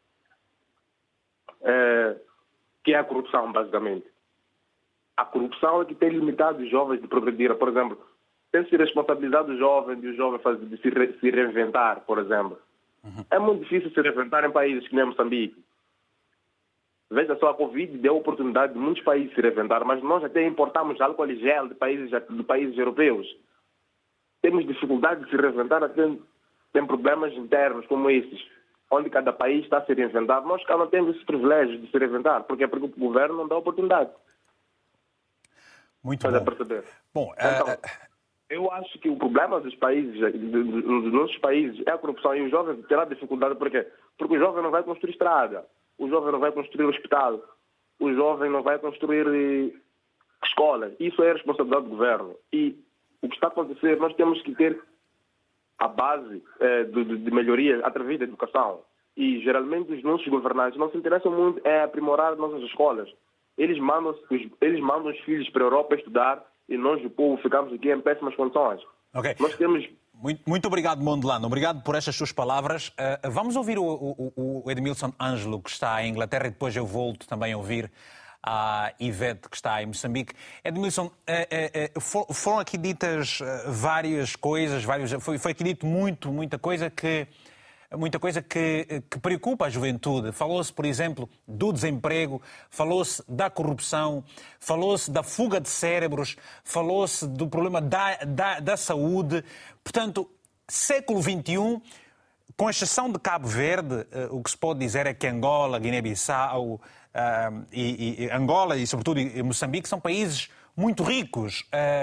Que é a corrupção, basicamente. A corrupção é que tem limitado os jovens de progredir. Por exemplo, tem-se responsabilizado o jovem de se reinventar, por exemplo. É muito difícil se reinventar em países que nem Moçambique. Veja só, a Covid deu a oportunidade de muitos países se reinventar, mas nós até importamos álcool e gel de países europeus. Temos dificuldade de se reinventar, até tem problemas internos como esses, onde cada país está a se reinventar. Nós cá não temos esse privilégio de se reinventar, porque o governo não dá oportunidade. Muito bom. Perceber. Bom, então, Eu acho que o problema dos países, dos nossos países, é a corrupção, e o jovem terá dificuldade. Por quê? Porque o jovem não vai construir estrada, o jovem não vai construir hospital, o jovem não vai construir escolas. Isso é a responsabilidade do governo. E o que está a acontecer, nós temos que ter a base de melhoria através da educação. E geralmente os nossos governantes não se interessam muito em aprimorar nossas escolas. Eles mandam os filhos para a Europa estudar e nós, o povo, ficamos aqui em péssimas condições. Okay. Nós temos... Muito obrigado, Mondelano. Obrigado por estas suas palavras. Vamos ouvir o Edmilson Ângelo, que está em Inglaterra, e depois eu volto também a ouvir a Ivete, que está em Moçambique. Edmilson, foram aqui ditas várias coisas, foi aqui dito muita coisa que preocupa a juventude. Falou-se, por exemplo, do desemprego, falou-se da corrupção, falou-se da fuga de cérebros, falou-se do problema da saúde. Portanto, século XXI, com exceção de Cabo Verde, o que se pode dizer é que Angola, Guiné-Bissau, Angola e, sobretudo, Moçambique são países muito ricos.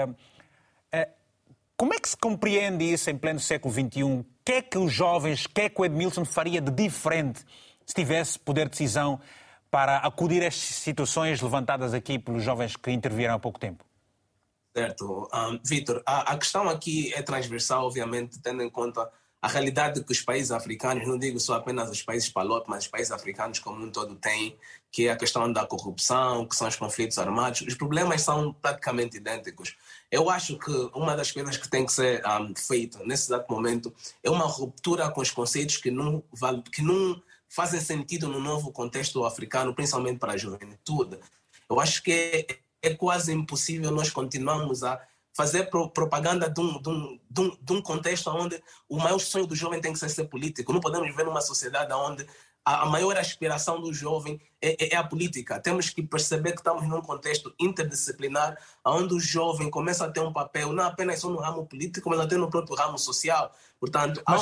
Como é que se compreende isso em pleno século XXI? O que é que os jovens, o que é que o Edmilson faria de diferente se tivesse poder de decisão para acudir a estas situações levantadas aqui pelos jovens que intervieram há pouco tempo? Certo. Vítor, a questão aqui é transversal, obviamente, tendo em conta a realidade que os países africanos, não digo só apenas os países palote, mas os países africanos como um todo têm, que é a questão da corrupção, que são os conflitos armados. Os problemas são praticamente idênticos. Eu acho que uma das coisas que tem que ser feita nesse exato momento é uma ruptura com os conceitos que não fazem sentido no novo contexto africano, principalmente para a juventude. Eu acho que é quase impossível nós continuarmos a fazer propaganda de um contexto onde o maior sonho do jovem tem que ser político. Não podemos viver numa sociedade onde a maior aspiração do jovem é a política. Temos que perceber que estamos num contexto interdisciplinar, onde o jovem começa a ter um papel não apenas só no ramo político, mas até no próprio ramo social. Portanto, mas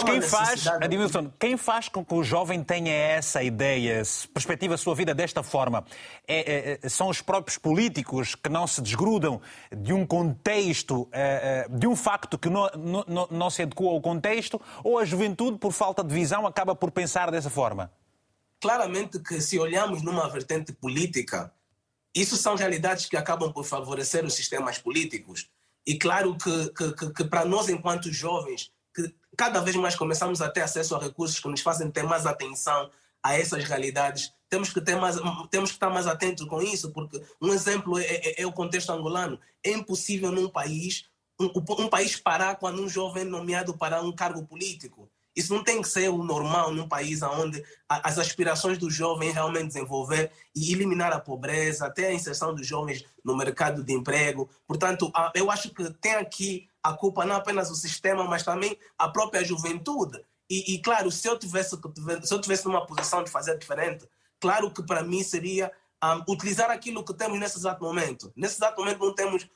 quem faz com que o jovem tenha essa ideia, perspectiva a sua vida desta forma? São os próprios políticos que não se desgrudam de um contexto, de um facto que não se adequa ao contexto, ou a juventude, por falta de visão, acaba por pensar dessa forma? Claramente que se olharmos numa vertente política, isso são realidades que acabam por favorecer os sistemas políticos. E claro que para nós, enquanto jovens, que cada vez mais começamos a ter acesso a recursos que nos fazem ter mais atenção a essas realidades, temos que estar mais atentos com isso, porque um exemplo é o contexto angolano. É impossível num país, um país parar quando um jovem é nomeado para um cargo político. Isso não tem que ser o normal num país onde as aspirações do jovem realmente desenvolver e eliminar a pobreza, até a inserção dos jovens no mercado de emprego. Portanto, eu acho que tem aqui a culpa não apenas o sistema, mas também a própria juventude. E claro, se eu tivesse numa posição de fazer diferente, claro que para mim seria utilizar aquilo que temos nesse exato momento. Nesse exato momento não temos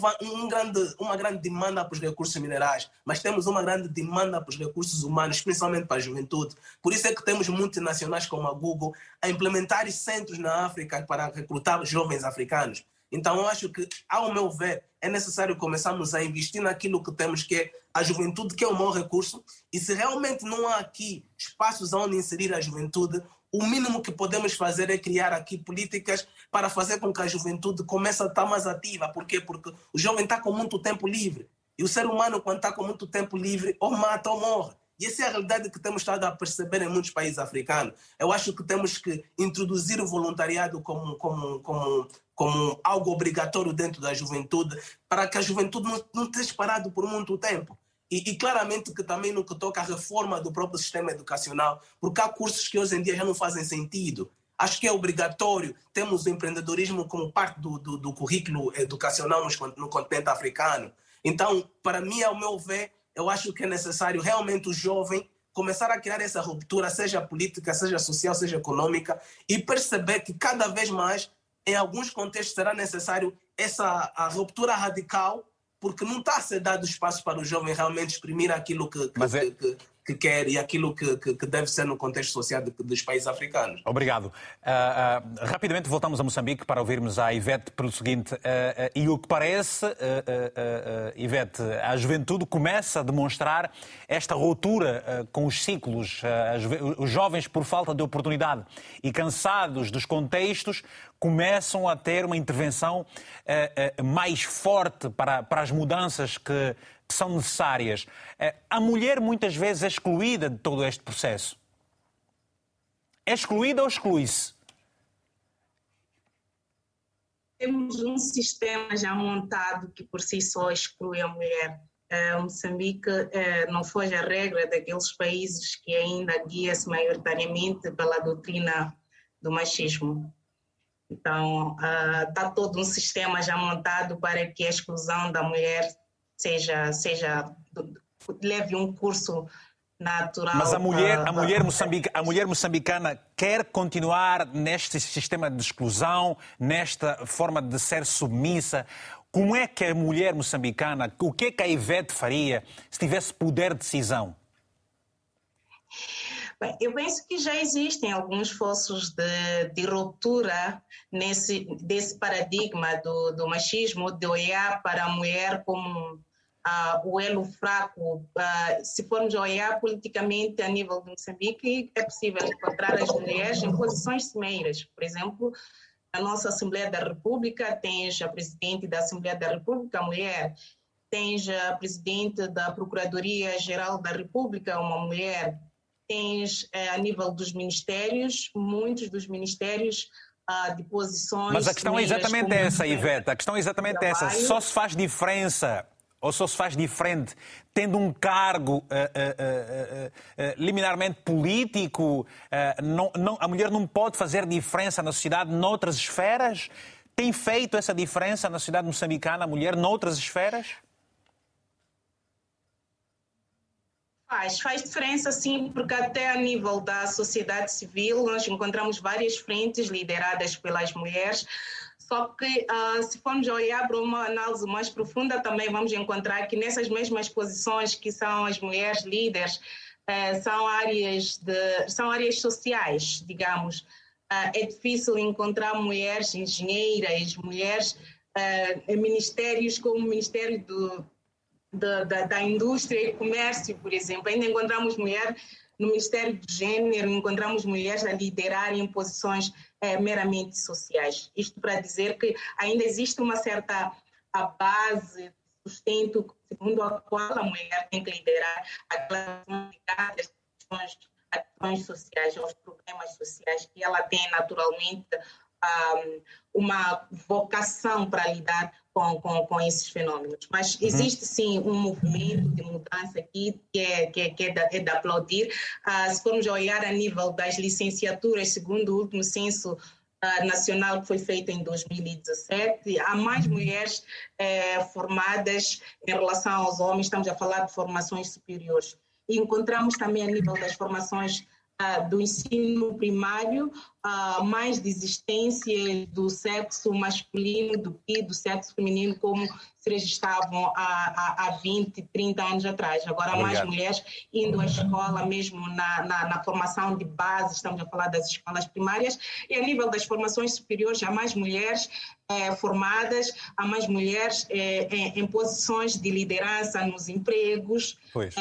uma grande demanda para os recursos minerais, mas temos uma grande demanda para os recursos humanos, principalmente para a juventude. Por isso é que temos multinacionais como a Google a implementar centros na África para recrutar jovens africanos. Então eu acho que, ao meu ver, é necessário começarmos a investir naquilo que temos, que é a juventude, que é o maior recurso, e se realmente não há aqui espaços onde inserir a juventude, o mínimo que podemos fazer é criar aqui políticas para fazer com que a juventude comece a estar mais ativa. Por quê? Porque o jovem está com muito tempo livre. E o ser humano, quando está com muito tempo livre, ou mata ou morre. E essa é a realidade que temos estado a perceber em muitos países africanos. Eu acho que temos que introduzir o voluntariado como algo obrigatório dentro da juventude, para que a juventude não esteja parada por muito tempo. E claramente que também no que toca à reforma do próprio sistema educacional, porque há cursos que hoje em dia já não fazem sentido. Acho que é obrigatório, temos o empreendedorismo como parte do currículo educacional no continente africano. Então, para mim, ao meu ver, eu acho que é necessário realmente o jovem começar a criar essa ruptura, seja política, seja social, seja econômica, e perceber que cada vez mais, em alguns contextos, será necessário a ruptura radical, porque não está a ser dado espaço para o jovem realmente exprimir aquilo que que quer e aquilo que deve ser no contexto social dos países africanos. Obrigado. Rapidamente voltamos a Moçambique para ouvirmos a Ivete pelo seguinte. E o que parece, Ivete, a juventude começa a demonstrar esta ruptura com os ciclos. Os jovens, por falta de oportunidade e cansados dos contextos, começam a ter uma intervenção mais forte para as mudanças que são necessárias. A mulher muitas vezes é excluída de todo este processo. É excluída ou exclui-se? Temos um sistema já montado que por si só exclui a mulher. Moçambique não foge à regra daqueles países que ainda guia-se maioritariamente pela doutrina do machismo. Então, está todo um sistema já montado para que a exclusão da mulher leve um curso natural. Mas a mulher moçambicana quer continuar neste sistema de exclusão, nesta forma de ser submissa. Como é que a mulher moçambicana, o que é que a Ivete faria se tivesse poder de decisão? Bem, eu penso que já existem alguns esforços de ruptura desse paradigma do machismo, de olhar para a mulher como o elo fraco. Se formos olhar politicamente a nível de Moçambique, é possível encontrar as mulheres em posições cimeiras. Por exemplo, na nossa Assembleia da República, tens a presidente da Assembleia da República, a mulher, tens a presidente da Procuradoria-Geral da República, uma mulher, tens a nível dos ministérios, muitos dos ministérios de posições... Mas a questão é exatamente essa, Ivete, a questão é exatamente essa. Só se faz diferença, ou só se faz diferente, tendo um cargo liminarmente político? A mulher não pode fazer diferença na sociedade noutras esferas? Tem feito essa diferença na sociedade moçambicana, a mulher, noutras esferas? Faz diferença, sim, porque até a nível da sociedade civil nós encontramos várias frentes lideradas pelas mulheres, só que se formos olhar para uma análise mais profunda também vamos encontrar que nessas mesmas posições que são as mulheres líderes, são áreas sociais, digamos. É difícil encontrar mulheres engenheiras, mulheres em ministérios como o Ministério da Indústria e Comércio, por exemplo. Ainda encontramos mulher no Ministério do Gênero, encontramos mulheres a liderarem posições meramente sociais. Isto para dizer que ainda existe uma certa base de sustento segundo a qual a mulher tem que liderar aquelas ligadas às questões sociais, aos problemas sociais, que ela tem naturalmente uma vocação para lidar com esses fenômenos. Mas existe sim um movimento de mudança aqui que é de aplaudir. Se formos olhar a nível das licenciaturas, segundo o último censo nacional que foi feito em 2017, há mais mulheres formadas em relação aos homens, estamos a falar de formações superiores. E encontramos também a nível das formações do ensino primário, mais desistência do sexo masculino do que do sexo feminino, como se registravam há 20, 30 anos atrás. Agora há mais mulheres indo à escola, mesmo na formação de base, estamos a falar das escolas primárias, e a nível das formações superiores há mais mulheres formadas, há mais mulheres em posições de liderança nos empregos.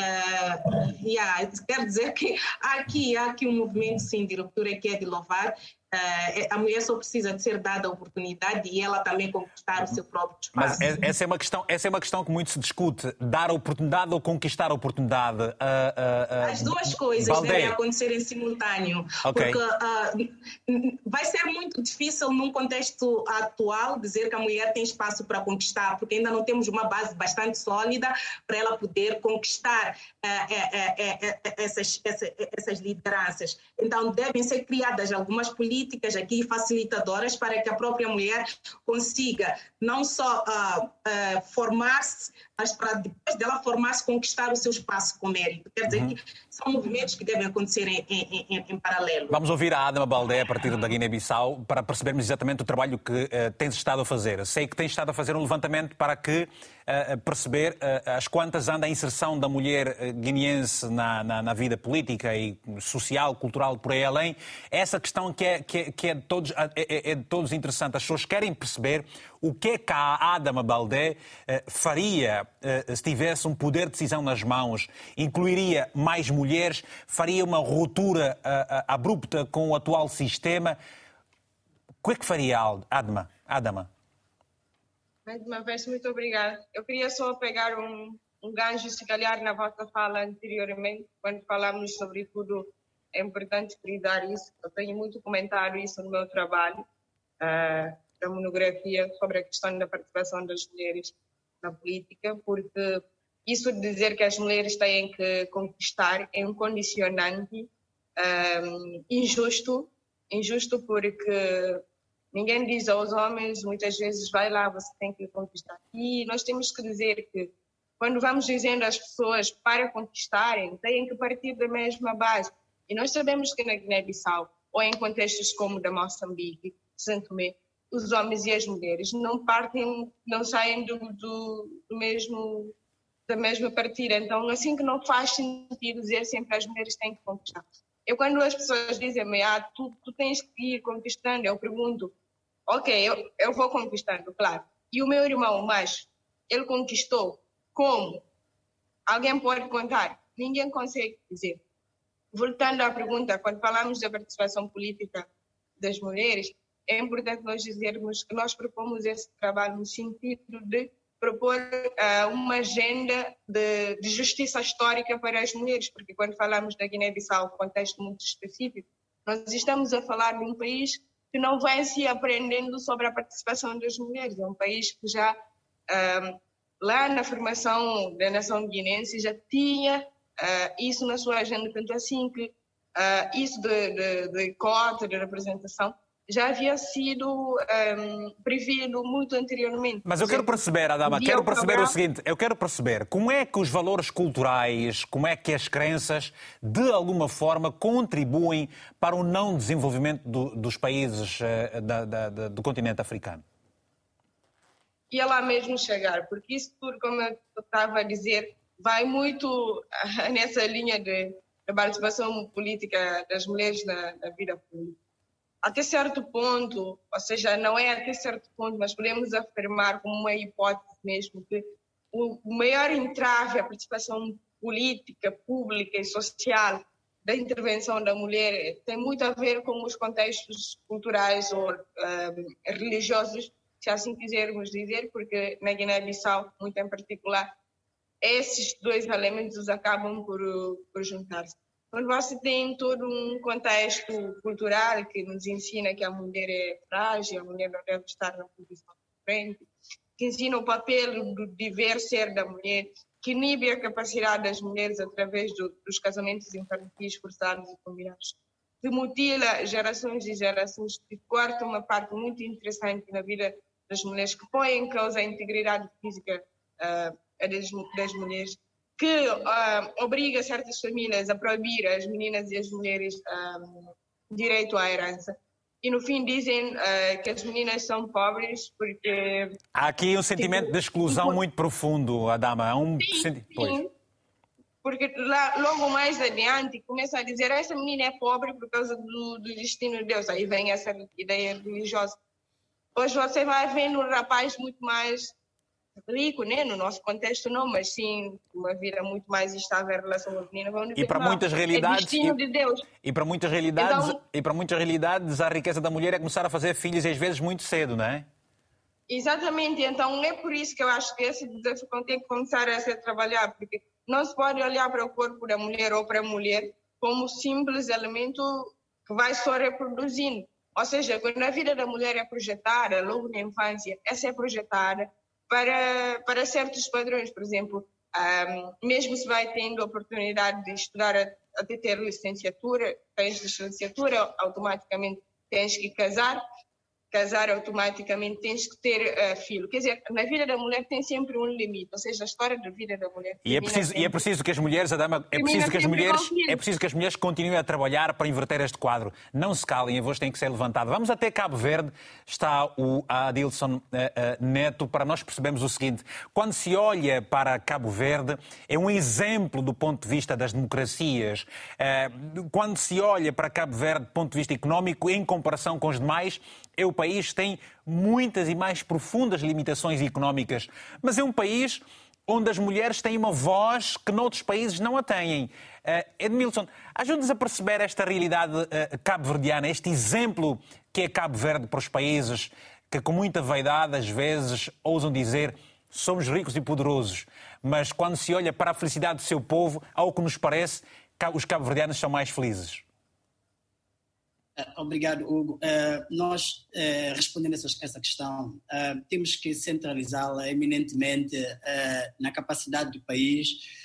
Quer dizer que há aqui um movimento sim, de ruptura que é de louvar. A mulher só precisa de ser dada a oportunidade e ela também conquistar o seu próprio espaço. Mas essa é uma questão que muito se discute. Dar a oportunidade ou conquistar a oportunidade? As duas coisas devem acontecer em simultâneo. Okay. Porque vai ser muito difícil num contexto atual dizer que a mulher tem espaço para conquistar, porque ainda não temos uma base bastante sólida para ela poder conquistar essas lideranças. Então devem ser criadas algumas políticas aqui facilitadoras para que a própria mulher consiga não só formar-se mas para depois dela formar-se, conquistar o seu espaço com mérito. Quer dizer que são movimentos que devem acontecer em paralelo. Vamos ouvir a Adama Baldé a partir da Guiné-Bissau para percebermos exatamente o trabalho que tens estado a fazer. Sei que tens estado a fazer um levantamento para perceber as quantas anda a inserção da mulher guineense na vida política e social, cultural, por aí além. Essa questão que é de todos interessante. As pessoas querem perceber o que é que a Adama Baldé faria se tivesse um poder de decisão nas mãos. Incluiria mais mulheres? Faria uma ruptura abrupta com o atual sistema? O que é que faria, Adama? Mais uma vez, muito obrigada. Eu queria só pegar um gancho, se calhar, na vossa fala anteriormente, quando falamos sobre tudo, é importante frisar isso. Eu tenho muito comentado isso no meu trabalho, da monografia, sobre a questão da participação das mulheres na política, porque isso de dizer que as mulheres têm que conquistar é um condicionante injusto porque ninguém diz aos homens, muitas vezes, vai lá, você tem que conquistar. E nós temos que dizer que, quando vamos dizendo às pessoas para conquistarem, têm que partir da mesma base. E nós sabemos que na Guiné-Bissau, ou em contextos como da Moçambique, Santo Tomé, os homens e as mulheres não saem da mesma partida. Então, assim que não faz sentido dizer sempre as mulheres têm que conquistar. Quando as pessoas dizem-me, tu tens que ir conquistando, eu pergunto, ok, eu vou conquistando, claro. E o meu irmão macho, ele conquistou como? Alguém pode contar? Ninguém consegue dizer. Voltando à pergunta, quando falamos da participação política das mulheres, é importante nós dizermos que nós propomos esse trabalho no sentido de propor uma agenda de justiça histórica para as mulheres, porque quando falamos da Guiné-Bissau, um contexto muito específico, nós estamos a falar de um país que não vem se aprendendo sobre a participação das mulheres. É um país que já, lá na formação da nação guinense, já tinha isso na sua agenda, tanto assim que isso de cota, de representação, já havia sido previsto muito anteriormente. Mas eu quero perceber, Adama, o seguinte, eu quero perceber como é que os valores culturais, como é que as crenças, de alguma forma, contribuem para o não desenvolvimento dos países do continente africano. E é lá mesmo chegar, porque isso tudo, como eu estava a dizer, vai muito nessa linha da participação política das mulheres na vida pública. Até certo ponto, ou seja, não é até certo ponto, mas podemos afirmar como uma hipótese mesmo que o maior entrave à participação política, pública e social da intervenção da mulher tem muito a ver com os contextos culturais ou religiosos, se assim quisermos dizer, porque na Guiné-Bissau, muito em particular, esses dois elementos acabam por juntar-se. Quando você tem todo um contexto cultural que nos ensina que a mulher é frágil, a mulher não deve estar na posição de frente, que ensina o papel do dever ser da mulher, que inibe a capacidade das mulheres através dos casamentos infantis forçados e combinados, que mutila gerações e gerações, que corta uma parte muito interessante na vida das mulheres, que põe em causa a integridade física das mulheres, que obriga certas famílias a proibir as meninas e as mulheres direito à herança. E no fim dizem que as meninas são pobres porque... Há aqui um sentimento de exclusão muito profundo, Adama. Sim, porque lá, logo mais adiante começa a dizer essa menina é pobre por causa do destino de Deus. Aí vem essa ideia religiosa. Hoje você vai ver um rapaz muito mais rico, né? No nosso contexto não, mas sim uma vida muito mais estável em relação à menina. E para muitas realidades, de Deus. E para muitas realidades, a riqueza da mulher é começar a fazer filhos às vezes muito cedo, não é? Exatamente. Então é por isso que eu acho que esse desafio tem que começar a ser trabalhado, porque não se pode olhar para o corpo da mulher ou para a mulher como simples elemento que vai só reproduzindo. Ou seja, quando a vida da mulher é projetada logo na infância, essa é projetada para certos padrões. Por exemplo, mesmo se vai tendo a oportunidade de estudar até ter licenciatura, tens licenciatura, automaticamente tens que casar. casar automaticamente, tens que ter filho. Quer dizer, na vida da mulher tem sempre um limite, ou seja, a história da vida da mulher. E é preciso que as mulheres, Adama, é preciso que as mulheres continuem a trabalhar para inverter este quadro. Não se calem, a voz tem que ser levantada. Vamos até Cabo Verde, está o Adilson Neto, para nós percebermos o seguinte: quando se olha para Cabo Verde, é um exemplo do ponto de vista das democracias. Quando se olha para Cabo Verde do ponto de vista económico, em comparação com os demais, o país tem muitas e mais profundas limitações económicas, mas é um país onde as mulheres têm uma voz que noutros países não a têm. Edmilson, ajuda-nos a perceber esta realidade cabo-verdiana, este exemplo que é Cabo Verde para os países que, com muita vaidade, às vezes ousam dizer somos ricos e poderosos, mas quando se olha para a felicidade do seu povo, ao que nos parece, os cabo-verdianos são mais felizes. Obrigado, Hugo. Nós, respondendo a essa questão, temos que centralizá-la eminentemente na capacidade do país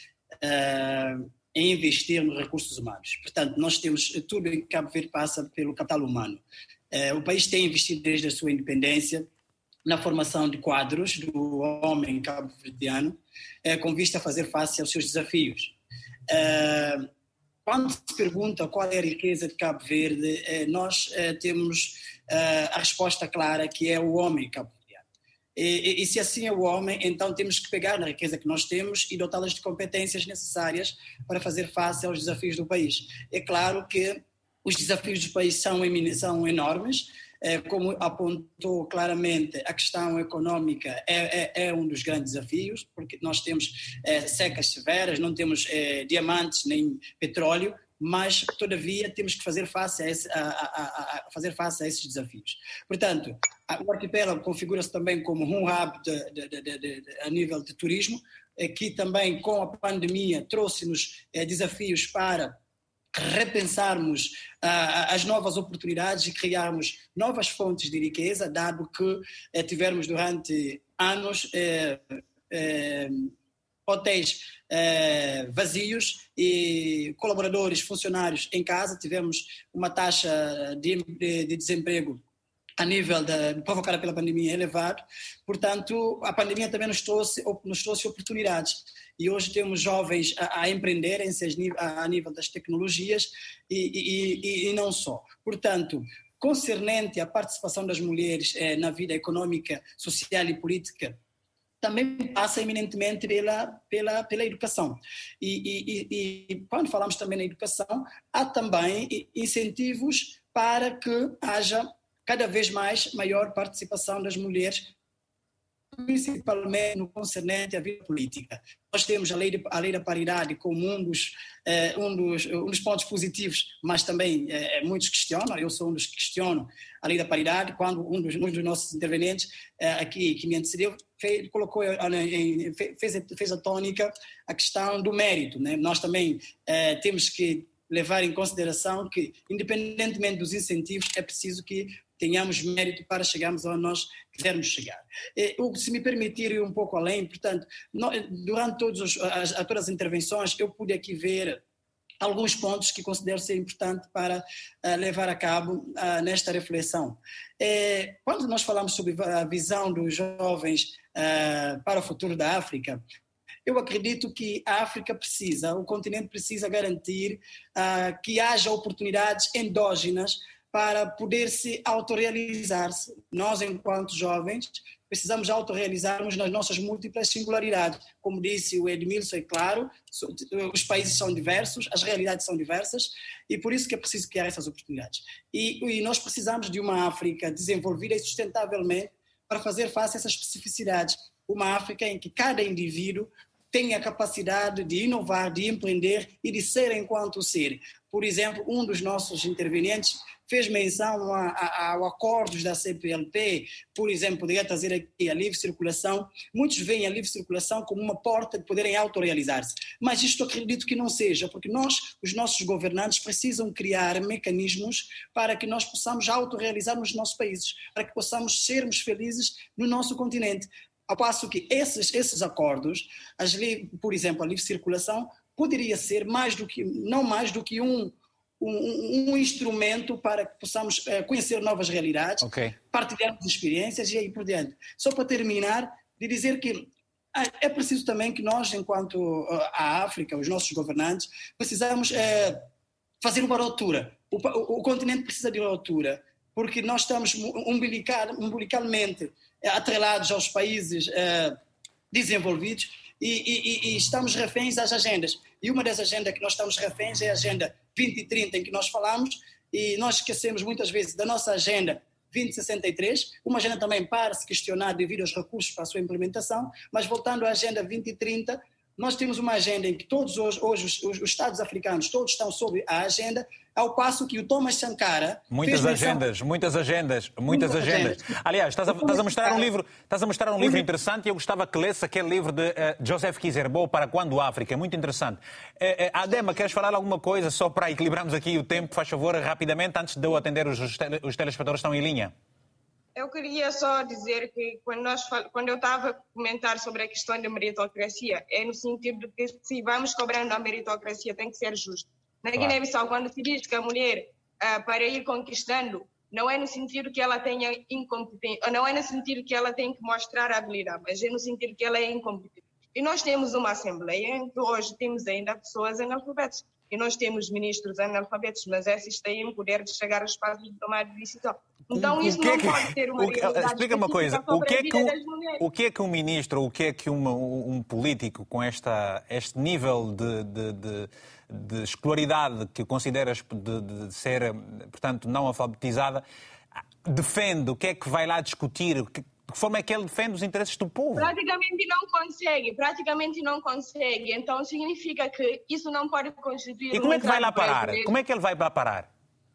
em investir nos recursos humanos. Portanto, nós temos tudo em Cabo Verde passa pelo capital humano. O país tem investido desde a sua independência na formação de quadros do homem cabo-verdiano com vista a fazer face aos seus desafios. Quando se pergunta qual é a riqueza de Cabo Verde, nós temos a resposta clara, que é o homem cabo-verdiano. E se assim é o homem, então temos que pegar na riqueza que nós temos e dotá-las de competências necessárias para fazer face aos desafios do país. É claro que os desafios do país são enormes. Como apontou claramente, a questão económica é um dos grandes desafios, porque nós temos secas severas, não temos diamantes nem petróleo, mas, todavia, temos que fazer face a esses desafios. Portanto, o arquipélago configura-se também como um hub a nível de turismo, que também, com a pandemia, trouxe-nos desafios para repensarmos as novas oportunidades e criarmos novas fontes de riqueza, dado que tivemos durante anos hotéis vazios e colaboradores, funcionários em casa, tivemos uma taxa de desemprego a nível provocada pela pandemia elevado. Portanto, a pandemia também nos trouxe oportunidades. E hoje temos jovens a empreenderem-se a nível das tecnologias e não só. Portanto, concernente à participação das mulheres na vida económica, social e política, também passa eminentemente pela educação. E quando falamos também na educação, há também incentivos para que haja cada vez maior participação das mulheres, principalmente no concernente à vida política. Nós temos a lei da paridade como um dos pontos positivos, mas também muitos questionam. Eu sou um dos que questionam a lei da paridade, quando um dos nossos intervenientes aqui, que me antecedeu, fez a tônica a questão do mérito, né? Nós também temos que levar em consideração que, independentemente dos incentivos, é preciso que tenhamos mérito para chegarmos onde nós quisermos chegar. Se me permitir ir um pouco além, portanto, durante todas as intervenções, eu pude aqui ver alguns pontos que considero ser importantes para levar a cabo nesta reflexão. Quando nós falamos sobre a visão dos jovens para o futuro da África, eu acredito que a África o continente precisa garantir que haja oportunidades endógenas para poder se autorrealizar-se. Nós, enquanto jovens, precisamos autorrealizarmos nas nossas múltiplas singularidades. Como disse o Edmilson, é claro, os países são diversos, as realidades são diversas, e por isso que é preciso criar essas oportunidades. E nós precisamos de uma África desenvolvida e sustentavelmente para fazer face a essas especificidades. Uma África em que cada indivíduo tenha a capacidade de inovar, de empreender e de ser enquanto ser. Por exemplo, um dos nossos intervenientes fez menção a acordos da CPLP, por exemplo, poderia trazer aqui a livre circulação. Muitos veem a livre circulação como uma porta de poderem autorrealizar-se, mas isto acredito que não seja, porque os nossos governantes precisam criar mecanismos para que nós possamos autorrealizar nos nossos países, para que possamos sermos felizes no nosso continente. Ao passo que esses acordos, por exemplo, a livre circulação, poderia ser não mais do que um instrumento para que possamos conhecer novas realidades, partilharmos experiências e aí por diante. Só para terminar, de dizer que é preciso também que nós, enquanto a África, os nossos governantes, precisamos fazer uma ruptura. O continente precisa de uma ruptura, porque nós estamos umbilicalmente atrelados aos países desenvolvidos e estamos reféns às agendas. E uma das agendas que nós estamos reféns é a Agenda 2030, em que nós falamos, e nós esquecemos muitas vezes da nossa Agenda 2063, uma agenda também para se questionar devido aos recursos para a sua implementação, mas voltando à Agenda 2030, nós temos uma agenda em que todos hoje os Estados africanos todos estão sob a agenda, ao passo que o Thomas Sankara... Muitas agendas. Aliás, estás a mostrar um livro interessante e eu gostava que lesse aquele livro de Joseph Kizerbo, Para Quando África, é muito interessante. Adema, queres falar alguma coisa só para equilibrarmos aqui o tempo, faz favor, rapidamente, antes de eu atender os telespectadores que estão em linha? Eu queria só dizer que quando eu estava a comentar sobre a questão da meritocracia, é no sentido de que se vamos cobrando a meritocracia tem que ser justo. Na Guiné-Bissau, quando se diz que a mulher, para ir conquistando, não é no sentido que ela tenha incompetência, não é no sentido que ela tem que mostrar a habilidade, mas é no sentido que ela é incompetente. E nós temos uma Assembleia em que hoje temos ainda pessoas analfabetas. E nós temos ministros analfabetos, mas esses têm o poder de chegar aos espaços de tomar de decisão. Então isso não pode ter uma realidade. Explica uma coisa, o que é que um ministro, o que é que um político com este nível de escolaridade que consideras de ser, portanto, não alfabetizada, defende? O que é que vai lá discutir? De que forma é que ele defende os interesses do povo? Praticamente não consegue. Então significa que isso não pode constituir... E como é que vai lá parar? Como é que ele vai lá parar?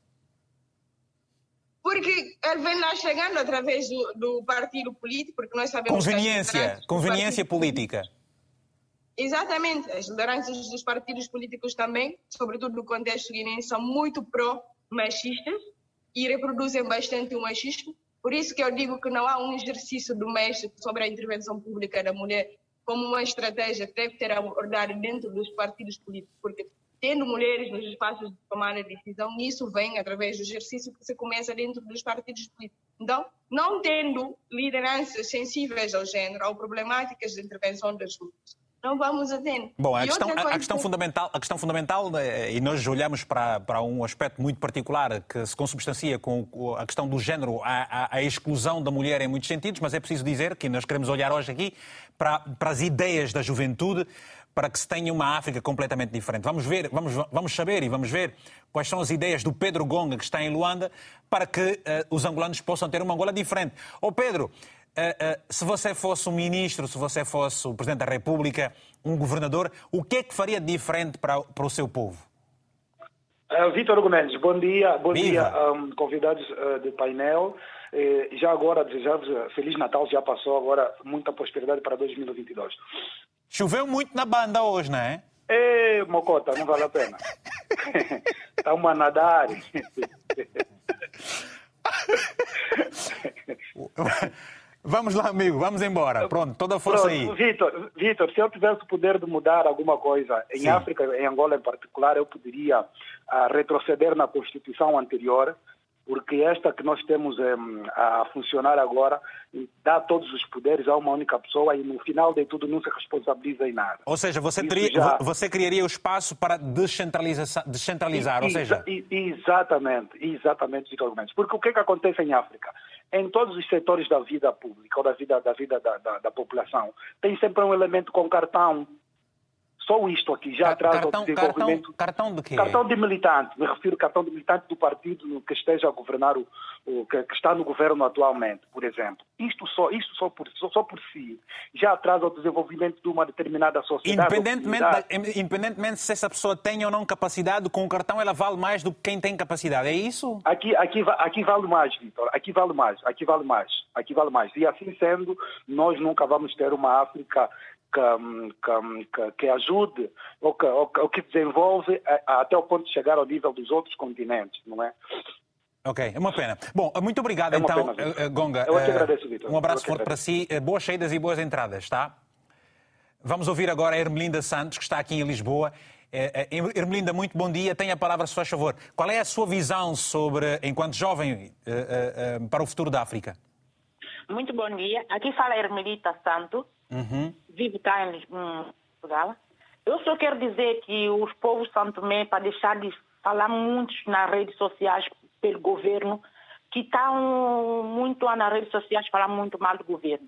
Porque ele vem lá chegando através do partido político, porque nós sabemos... Conveniência política. Exatamente. As lideranças dos partidos políticos também, sobretudo no contexto guineense, são muito pró-machistas e reproduzem bastante o machismo. Por isso que eu digo que não há um exercício doméstico sobre a intervenção pública da mulher como uma estratégia que deve ter abordado dentro dos partidos políticos, porque tendo mulheres nos espaços de tomada de decisão, isso vem através do exercício que se começa dentro dos partidos políticos. Então, não tendo lideranças sensíveis ao género, ou problemáticas de intervenção das mulheres, não vamos atender. Bom, a questão fundamental, e nós olhamos para um aspecto muito particular que se consubstancia com a questão do género, a exclusão da mulher em muitos sentidos, mas é preciso dizer que nós queremos olhar hoje aqui para as ideias da juventude, para que se tenha uma África completamente diferente. Vamos saber e vamos ver quais são as ideias do Pedro Gonga, que está em Luanda, para que os angolanos possam ter uma Angola diferente. Pedro, se você fosse um ministro, se você fosse o Presidente da República, um governador, o que é que faria de diferente para o seu povo? Vítor Gomes, bom dia, convidados do painel. Já agora desejar-vos Feliz Natal, já passou, agora muita prosperidade para 2022. Choveu muito na banda hoje, não é? Mocota, não vale a pena. Estamos a nadar. Vamos lá, amigo, vamos embora. Pronto, toda a força aí. Vítor, se eu tivesse o poder de mudar alguma coisa em África, em Angola em particular, eu poderia retroceder na Constituição anterior, porque esta que nós temos a funcionar agora dá todos os poderes a uma única pessoa e no final de tudo não se responsabiliza em nada. Ou seja, você criaria o espaço para descentralizar, ou seja... Exatamente, Vítor Gomes. Porque o que é que acontece em África? Em todos os setores da vida pública ou da vida da população, tem sempre um elemento com cartão. Só isto aqui já traz ao desenvolvimento... Cartão de quê? Cartão de militante. Me refiro ao cartão de militante do partido que esteja a governar, que está no governo atualmente, por exemplo. Isto só por si já traz ao desenvolvimento de uma determinada sociedade. Independentemente se essa pessoa tem ou não capacidade, com o cartão ela vale mais do que quem tem capacidade. É isso? Aqui vale mais, Vítor. Aqui vale mais. E assim sendo, nós nunca vamos ter uma África que ajude ou que desenvolve até o ponto de chegar ao nível dos outros continentes, não é? Ok, é uma pena. Bom, muito obrigado Gonga. Eu te agradeço, Vítor. Um abraço forte para si, boas saídas e boas entradas, tá? Vamos ouvir agora a Ermelinda Santos, que está aqui em Lisboa Ermelinda, muito bom dia. Tem a palavra, se faz favor. Qual é a sua visão sobre, enquanto jovem, para o futuro da África? Muito bom dia. Aqui fala Ermelita Santos. Vivo cá em Portugal. Eu só quero dizer que os povos São Tomé, para deixar de falar muito nas redes sociais pelo governo, que estão muito nas redes sociais falar muito mal do governo.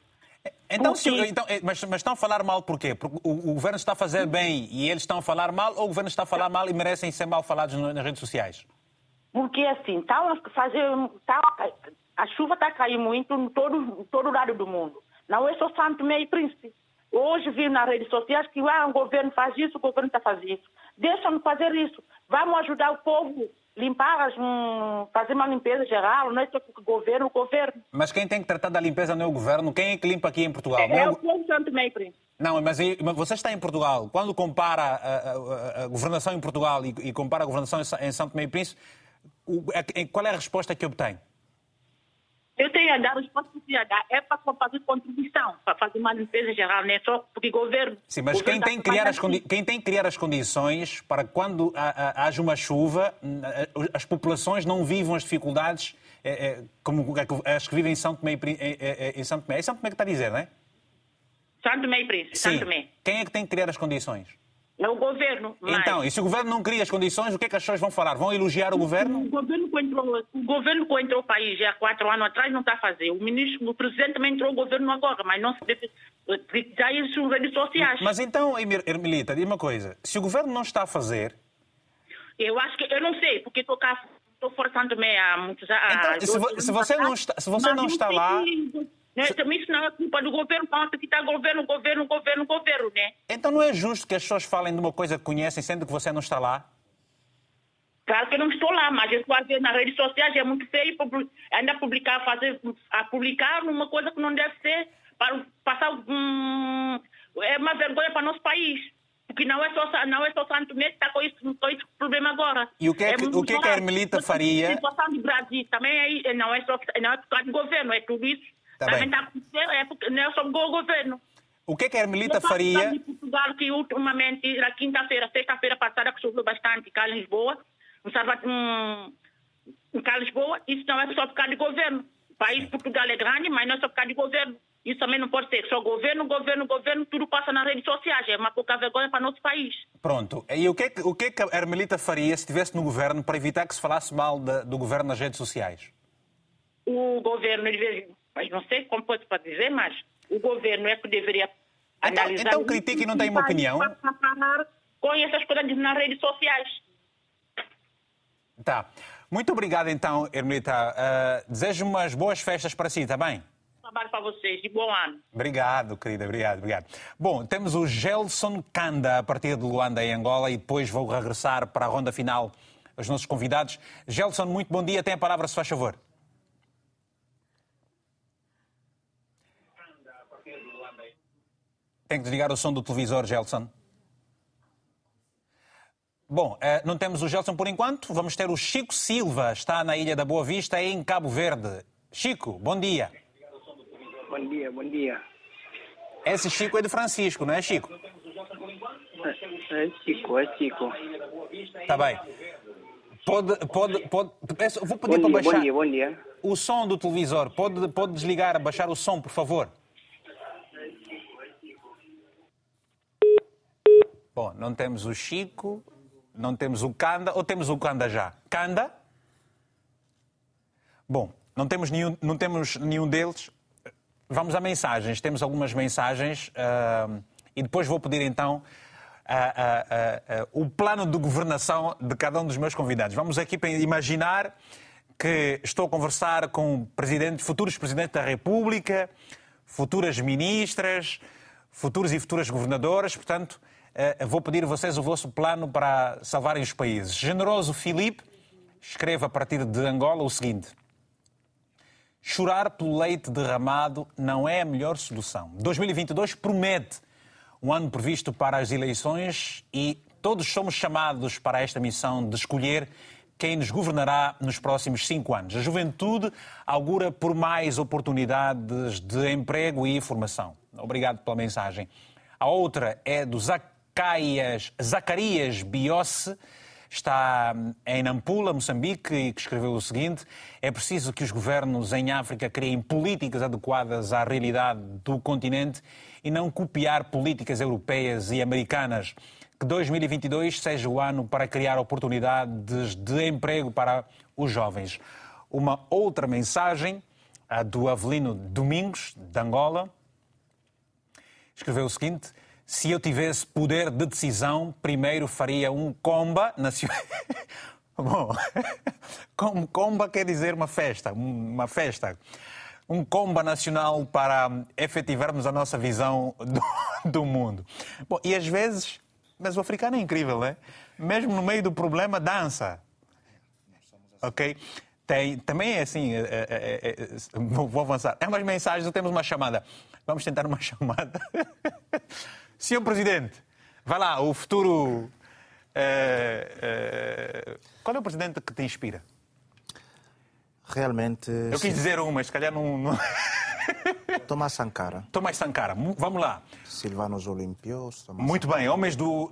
Mas estão a falar mal por quê? Porque o governo está a fazer bem e eles estão a falar mal, ou o governo está a falar mal e merecem ser mal falados nas redes sociais? Porque assim, estão a fazer... A chuva está a cair muito em todo lado do mundo. Não é só São Tomé e Príncipe. Hoje vi nas redes sociais que o governo faz isso, o governo está fazendo isso. Deixa-nos fazer isso. Vamos ajudar o povo, limpar, fazer uma limpeza geral, não é só o governo. Mas quem tem que tratar da limpeza não é o governo. Quem é que limpa aqui em Portugal? É o povo São Tomé e Príncipe. Não, mas você está em Portugal. Quando compara a governação em Portugal e compara a governação em São Tomé e Príncipe, qual é a resposta que obtém? Eu tenho a dar a resposta que eu dar. É para fazer contribuição, para fazer uma limpeza geral, não é só porque o governo... Sim, mas quem tem que criar as condições para quando haja uma chuva, as populações não vivam as dificuldades como as que vivem em São Tomé. É São Tomé que está a dizer, não é? São Tomé e Príncipe, São Tomé. Quem é que tem que criar as condições? É o governo. Mas... Então, e se o governo não cria as condições, o que é que as pessoas vão falar? Vão elogiar o governo? O governo que entrou o país já há 4 anos atrás não está a fazer. O presidente também entrou o governo agora, mas não se deve... Já isso nas redes sociais. Mas então, Ermelita, diga uma coisa. Se o governo não está a fazer... Eu acho que... Eu não sei, porque estou fora de São Tomé há muitos anos. Então, se você não está lá... Também isso não é culpa do governo, porque que está governo, né? Então não é justo que as pessoas falem de uma coisa que conhecem, sendo que você não está lá? Claro que eu não estou lá, mas eu estou a ver nas redes sociais, é muito feio ainda publicar uma coisa que não deve ser, para passar é uma vergonha para o nosso país. Porque não é só São Tomé que está com esse problema agora. E o que é que a Ermelita faria? A situação do Brasil também não é por causa do governo, é tudo isso. Também está acontecendo, não é só o governo. O que é que a Ermelita faria? Em Portugal, que ultimamente, na sexta-feira passada, que choveu bastante cá em Lisboa, isso não é só por causa do governo. O país de Portugal é grande, mas não é só por causa do governo. Isso também não pode ser. Só governo, tudo passa nas redes sociais. É uma pouca vergonha para o nosso país. Pronto. E o que é que a Ermelita faria se estivesse no governo para evitar que se falasse mal do governo nas redes sociais? O governo, mas não sei como pode dizer, mas o governo é que deveria analisar... Então critica e não tem uma opinião? Para parar com essas coisas nas redes sociais. Tá. Muito obrigado, então, Ermelita. Desejo umas boas festas para si, está bem? Trabalho para vocês. De bom ano. Obrigado, querida. Obrigado. Bom, temos o Gelson Kanda, a partir de Luanda, em Angola, e depois vou regressar para a ronda final aos nossos convidados. Gelson, muito bom dia. Tem a palavra, se faz favor. Tem que desligar o som do televisor, Gelson. Bom, não temos o Gelson por enquanto. Vamos ter o Chico Silva, está na Ilha da Boa Vista, em Cabo Verde. Chico, bom dia. Bom dia. Esse Chico é de Francisco, não é, Chico? É Chico. Está bem. Vou pedir para baixar bom dia. O som do televisor. Pode desligar, baixar o som, por favor. Bom, não temos o Chico, não temos o Kanda, ou temos o Kanda já? Kanda? Bom, não temos nenhum deles. Vamos a mensagens. Temos algumas mensagens e depois vou pedir então o plano de governação de cada um dos meus convidados. Vamos aqui para imaginar que estou a conversar com futuros presidentes da República, futuras ministras, futuros e futuras governadoras, portanto... vou pedir a vocês o vosso plano para salvarem os países. Generoso Filipe escreve a partir de Angola o seguinte: chorar pelo leite derramado não é a melhor solução. 2022 promete um ano previsto para as eleições e todos somos chamados para esta missão de escolher quem nos governará nos próximos 5 anos. A juventude augura por mais oportunidades de emprego e formação. Obrigado pela mensagem. A outra é do Zacarias Biossi, está em Nampula, Moçambique, e que escreveu o seguinte: é preciso que os governos em África criem políticas adequadas à realidade do continente e não copiar políticas europeias e americanas. Que 2022 seja o ano para criar oportunidades de emprego para os jovens. Uma outra mensagem, a do Avelino Domingos, de Angola, escreveu o seguinte: se eu tivesse poder de decisão, primeiro faria um comba nacional. Bom, comba quer dizer uma festa. Um comba nacional para efetivarmos a nossa visão do mundo. Bom, e às vezes, mas o africano é incrível, não é? Mesmo no meio do problema, dança. Ok? Também é assim, vou avançar. É umas mensagens, temos uma chamada. Vamos tentar uma chamada. Senhor Presidente, vai lá, o futuro... Qual é o presidente que te inspira? Realmente... Eu quis dizer mas se calhar não... Tomás Sankara. Tomás Sankara, vamos lá. Silvanos Olympios. Muito bem, homens do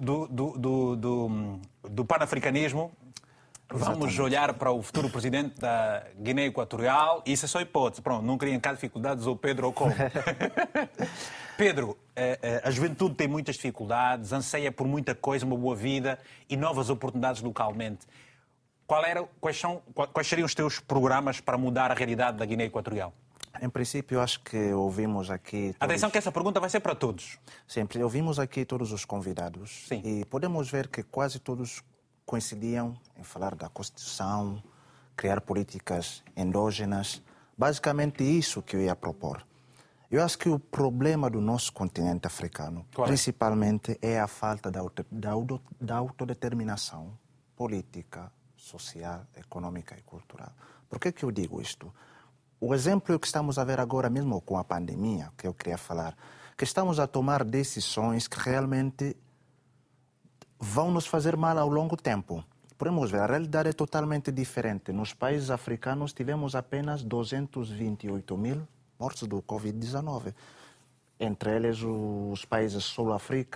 panafricanismo. Vamos olhar para o futuro presidente da Guiné Equatorial. Isso é só hipótese. Pronto, não querem cá dificuldades ou Pedro ou como. Pedro, a juventude tem muitas dificuldades, anseia por muita coisa, uma boa vida e novas oportunidades localmente. Quais seriam os teus programas para mudar a realidade da Guiné Equatorial? Em princípio, acho que ouvimos aqui... Atenção que essa pergunta vai ser para todos. Sempre ouvimos aqui todos os convidados. Sim. E podemos ver que quase todos coincidiam em falar da Constituição, criar políticas endógenas. Basicamente isso que eu ia propor. Eu acho que o problema do nosso continente africano, principalmente, é a falta da autodeterminação política, social, econômica e cultural. Por que eu digo isto? O exemplo que estamos a ver agora mesmo com a pandemia, que eu queria falar, que estamos a tomar decisões que realmente vão nos fazer mal ao longo tempo. Podemos ver, a realidade é totalmente diferente. Nos países africanos tivemos apenas 228 mil mortos do Covid-19. Entre eles, os países Sul-África,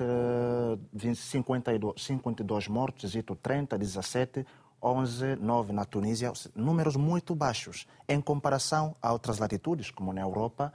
52 mortos, Egito 30, 17, 11, 9 na Tunísia, números muito baixos, em comparação a outras latitudes, como na Europa,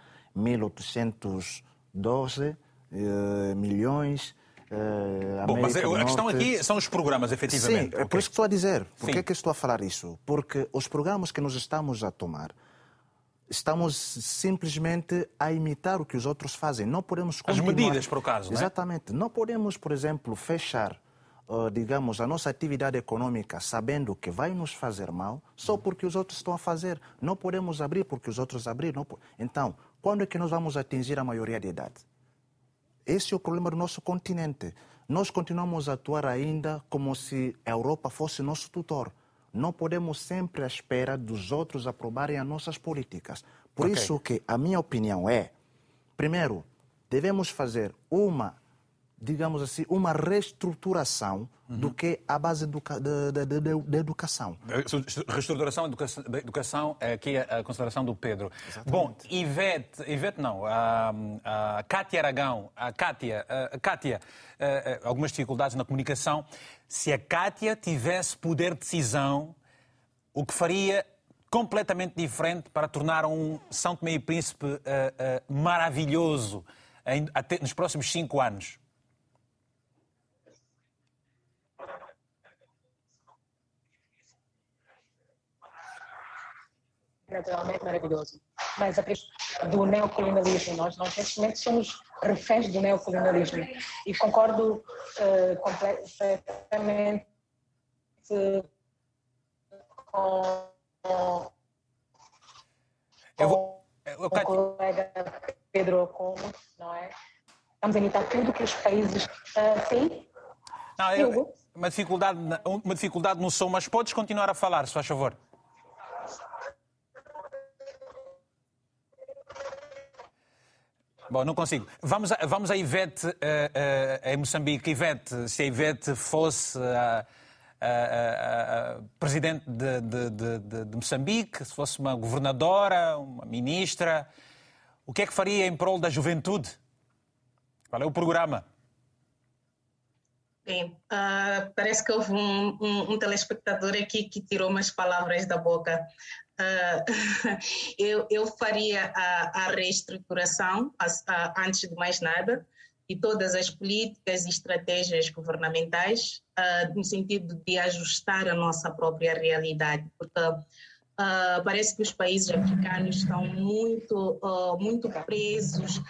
1.812 milhões. Bom, mas a questão aqui são os programas, efetivamente. Sim, é por isso que estou a dizer. Por que estou a falar isso? Porque os programas que nós estamos a tomar, estamos simplesmente a imitar o que os outros fazem. Não podemos continuar... As medidas, por acaso, não é? Exatamente. Não podemos, por exemplo, fechar, digamos, a nossa atividade econômica sabendo que vai nos fazer mal só porque os outros estão a fazer. Não podemos abrir porque os outros abriram. Então, quando é que nós vamos atingir a maioria de idade? Esse é o problema do nosso continente. Nós continuamos a atuar ainda como se a Europa fosse nosso tutor. Não podemos sempre à espera dos outros aprovarem as nossas políticas. Por isso que a minha opinião é, primeiro, devemos fazer uma, digamos assim, uma reestruturação do que a base da educação. Reestruturação da educação, aqui a consideração do Pedro. Exatamente. Bom, Ivete não, a Cátia Aragão, a Cátia, algumas dificuldades na comunicação. Se a Cátia tivesse poder de decisão, o que faria completamente diferente para tornar um São Tomé e Príncipe maravilhoso nos próximos 5 anos? Naturalmente maravilhoso. Mas a questão do neocolonialismo, nós neste momento somos reféns do neocolonialismo. E concordo completamente com o colega Pedro Como, não é? Estamos a imitar tudo que os países têm. Uma dificuldade no som, mas podes continuar a falar, se faz favor. Bom, não consigo. Vamos a Ivete em Moçambique. Ivete, se a Ivete fosse presidente de Moçambique, se fosse uma governadora, uma ministra, o que é que faria em prol da juventude? Qual é o programa? Sim, parece que houve um telespectador aqui que tirou umas palavras da boca. Eu faria a reestruturação, antes de mais nada, de todas as políticas e estratégias governamentais, no sentido de ajustar a nossa própria realidade, porque parece que os países africanos estão muito presos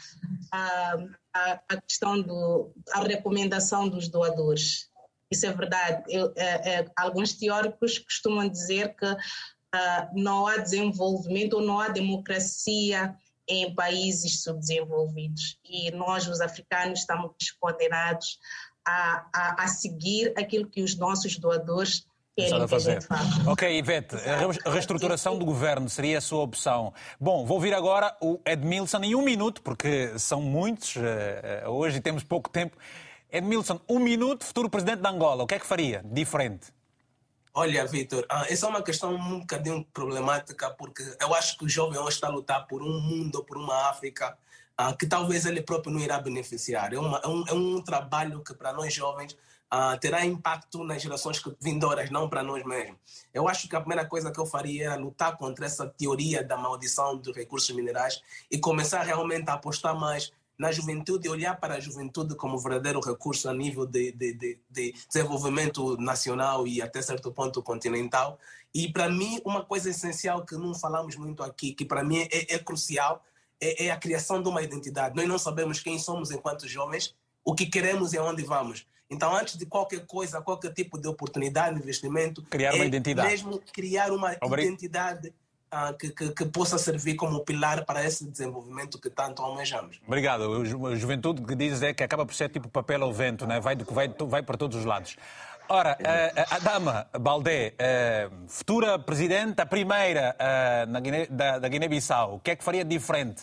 à questão à recomendação dos doadores. Isso é verdade. Alguns teóricos costumam dizer que não há desenvolvimento ou não há democracia em países subdesenvolvidos. E nós, os africanos, estamos condenados a seguir aquilo que os nossos doadores querem que a gente faça. Ok, Ivete, a reestruturação do governo seria a sua opção. Bom, vou ouvir agora o Edmilson em 1 minuto, porque são muitos hoje e temos pouco tempo. Edmilson, 1 minuto, futuro presidente de Angola, o que é que faria diferente? Olha, Vitor, essa é uma questão um bocadinho problemática, porque eu acho que o jovem hoje está a lutar por um mundo, por uma África, que talvez ele próprio não irá beneficiar. É um trabalho que para nós jovens terá impacto nas gerações vindouras, não para nós mesmos. Eu acho que a primeira coisa que eu faria era lutar contra essa teoria da maldição dos recursos minerais e começar realmente a apostar mais na juventude e olhar para a juventude como verdadeiro recurso a nível de desenvolvimento nacional e até certo ponto continental. E para mim, uma coisa essencial que não falamos muito aqui, que para mim é crucial, é a criação de uma identidade. Nós não sabemos quem somos enquanto jovens, o que queremos e aonde vamos. Então, antes de qualquer coisa, qualquer tipo de oportunidade de investimento, criar uma identidade. Mesmo criar uma identidade que possa servir como pilar para esse desenvolvimento que tanto almejamos. Obrigado. A juventude que diz que acaba por ser tipo papel ao vento, né? vai para todos os lados. Ora, a dama Baldé, futura presidente, a primeira da Guiné-Bissau, o que é que faria diferente?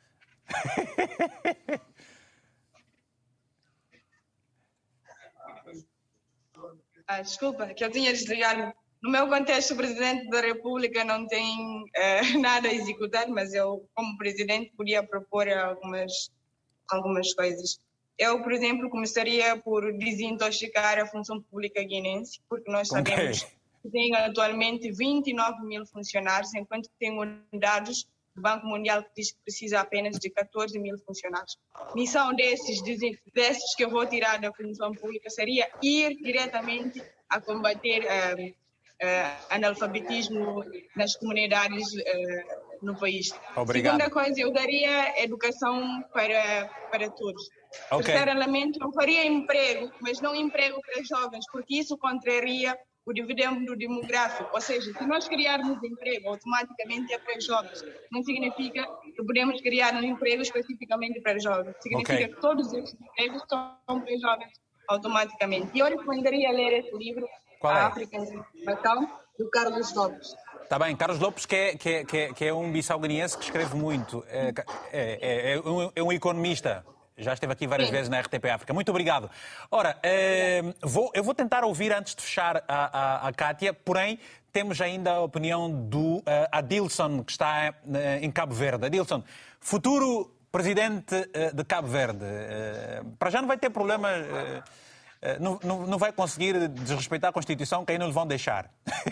Desculpa, que eu tinha desligado. No meu contexto, o Presidente da República não tem nada a executar, mas eu, como Presidente, podia propor algumas coisas. Eu, por exemplo, começaria por desintoxicar a função pública guinense, porque nós sabemos que tem atualmente 29 mil funcionários, enquanto tem dados do Banco Mundial que diz que precisa apenas de 14 mil funcionários. Missão desses que eu vou tirar da função pública seria ir diretamente a combater analfabetismo nas comunidades no país. Obrigado. Segunda coisa, eu daria educação para todos. Okay. Terceiro elemento, eu faria emprego, mas não emprego para jovens, porque isso contraria o dividendo demográfico. Ou seja, se nós criarmos emprego automaticamente é para jovens, não significa que podemos criar um emprego especificamente para jovens. Significa que todos esses empregos são para jovens automaticamente. E eu recomendaria ler esse livro, A África em Transformação, do Carlos Lopes. Está bem, Carlos Lopes, que é um bissau-guineense que escreve muito. É um economista. Já esteve aqui várias vezes na RTP África. Muito obrigado. Ora, eu vou tentar ouvir antes de fechar a Kátia, porém temos ainda a opinião do Adilson, que está em Cabo Verde. Adilson, futuro presidente de Cabo Verde, para já não vai ter problema, não vai conseguir desrespeitar a Constituição, que aí não lhe vão deixar.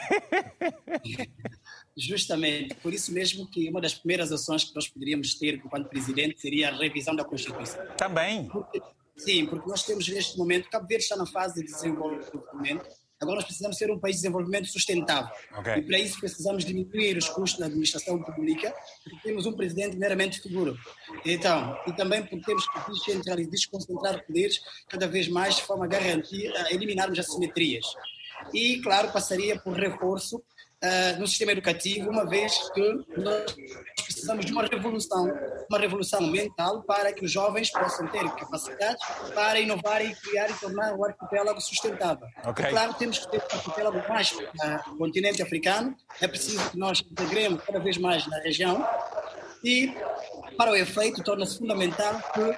Justamente, por isso mesmo que uma das primeiras ações que nós poderíamos ter enquanto presidente seria a revisão da Constituição. Também? Sim, porque nós temos neste momento, Cabo Verde está na fase de desenvolvimento, agora nós precisamos ser um país de desenvolvimento sustentável. Okay. E para isso precisamos diminuir os custos da administração pública, porque temos um presidente meramente figura. Então, e também porque temos que desconcentrar poderes cada vez mais de forma a garantir, a eliminarmos assimetrias. E, claro, passaria por reforço no sistema educativo, uma vez que nós precisamos de uma revolução mental para que os jovens possam ter capacidade para inovar e criar e tornar o arquipélago sustentável. Okay. E, claro, temos que ter um arquipélago mais no continente africano, é preciso que nós integremos cada vez mais na região e, para o efeito, torna-se fundamental que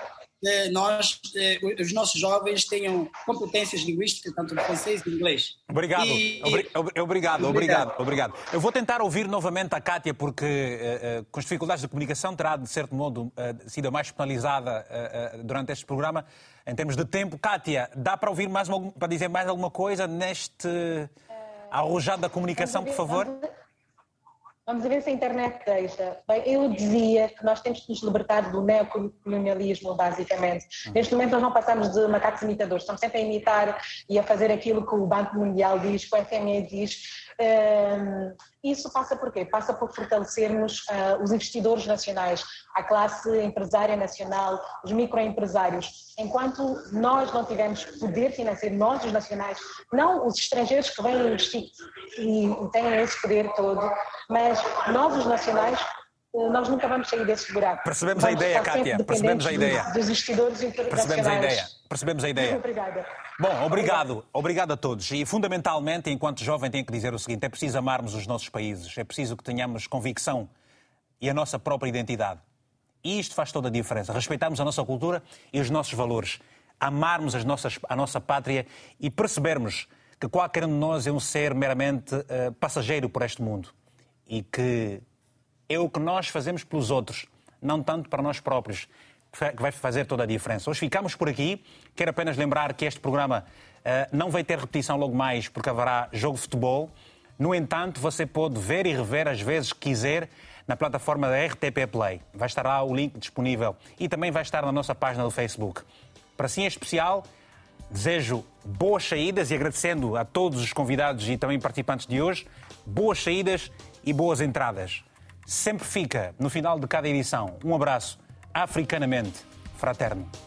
os nossos jovens tenham competências linguísticas, tanto de francês e inglês. Obrigado. Obrigado. Eu vou tentar ouvir novamente a Kátia, porque com as dificuldades de comunicação terá, de certo modo, sido a mais penalizada durante este programa, em termos de tempo. Kátia, dá para ouvir para dizer mais alguma coisa neste arrojado da comunicação, por favor? Vamos ver se a internet deixa. Bem, eu dizia que nós temos que nos libertar do neocolonialismo, basicamente. Neste momento nós não passamos de macacos imitadores, estamos sempre a imitar e a fazer aquilo que o Banco Mundial diz, que o FMI diz. Isso passa por quê? Passa por fortalecermos os investidores nacionais, a classe empresária nacional, os microempresários. Enquanto nós não tivermos poder financeiro, nós os nacionais, não os estrangeiros que vêm investir e têm esse poder todo, mas nós os nacionais, nós nunca vamos sair desse buraco. Percebemos a ideia, Kátia. Percebemos a ideia. Dos investidores internacionais. Percebemos a ideia. Obrigada. Bom, obrigado a todos. E, fundamentalmente, enquanto jovem, tenho que dizer o seguinte: é preciso amarmos os nossos países, é preciso que tenhamos convicção e a nossa própria identidade. E isto faz toda a diferença. Respeitarmos a nossa cultura e os nossos valores. Amarmos a nossa pátria e percebermos que qualquer um de nós é um ser meramente passageiro por este mundo. E que é o que nós fazemos pelos outros, não tanto para nós próprios, que vai fazer toda a diferença. Hoje ficamos por aqui. Quero apenas lembrar que este programa não vai ter repetição logo mais, porque haverá jogo de futebol. No entanto, você pode ver e rever às vezes que quiser na plataforma da RTP Play. Vai estar lá o link disponível e também vai estar na nossa página do Facebook. Para si em especial, desejo boas saídas e agradecendo a todos os convidados e também participantes de hoje, boas saídas e boas entradas. Sempre fica, no final de cada edição, um abraço africanamente fraterno.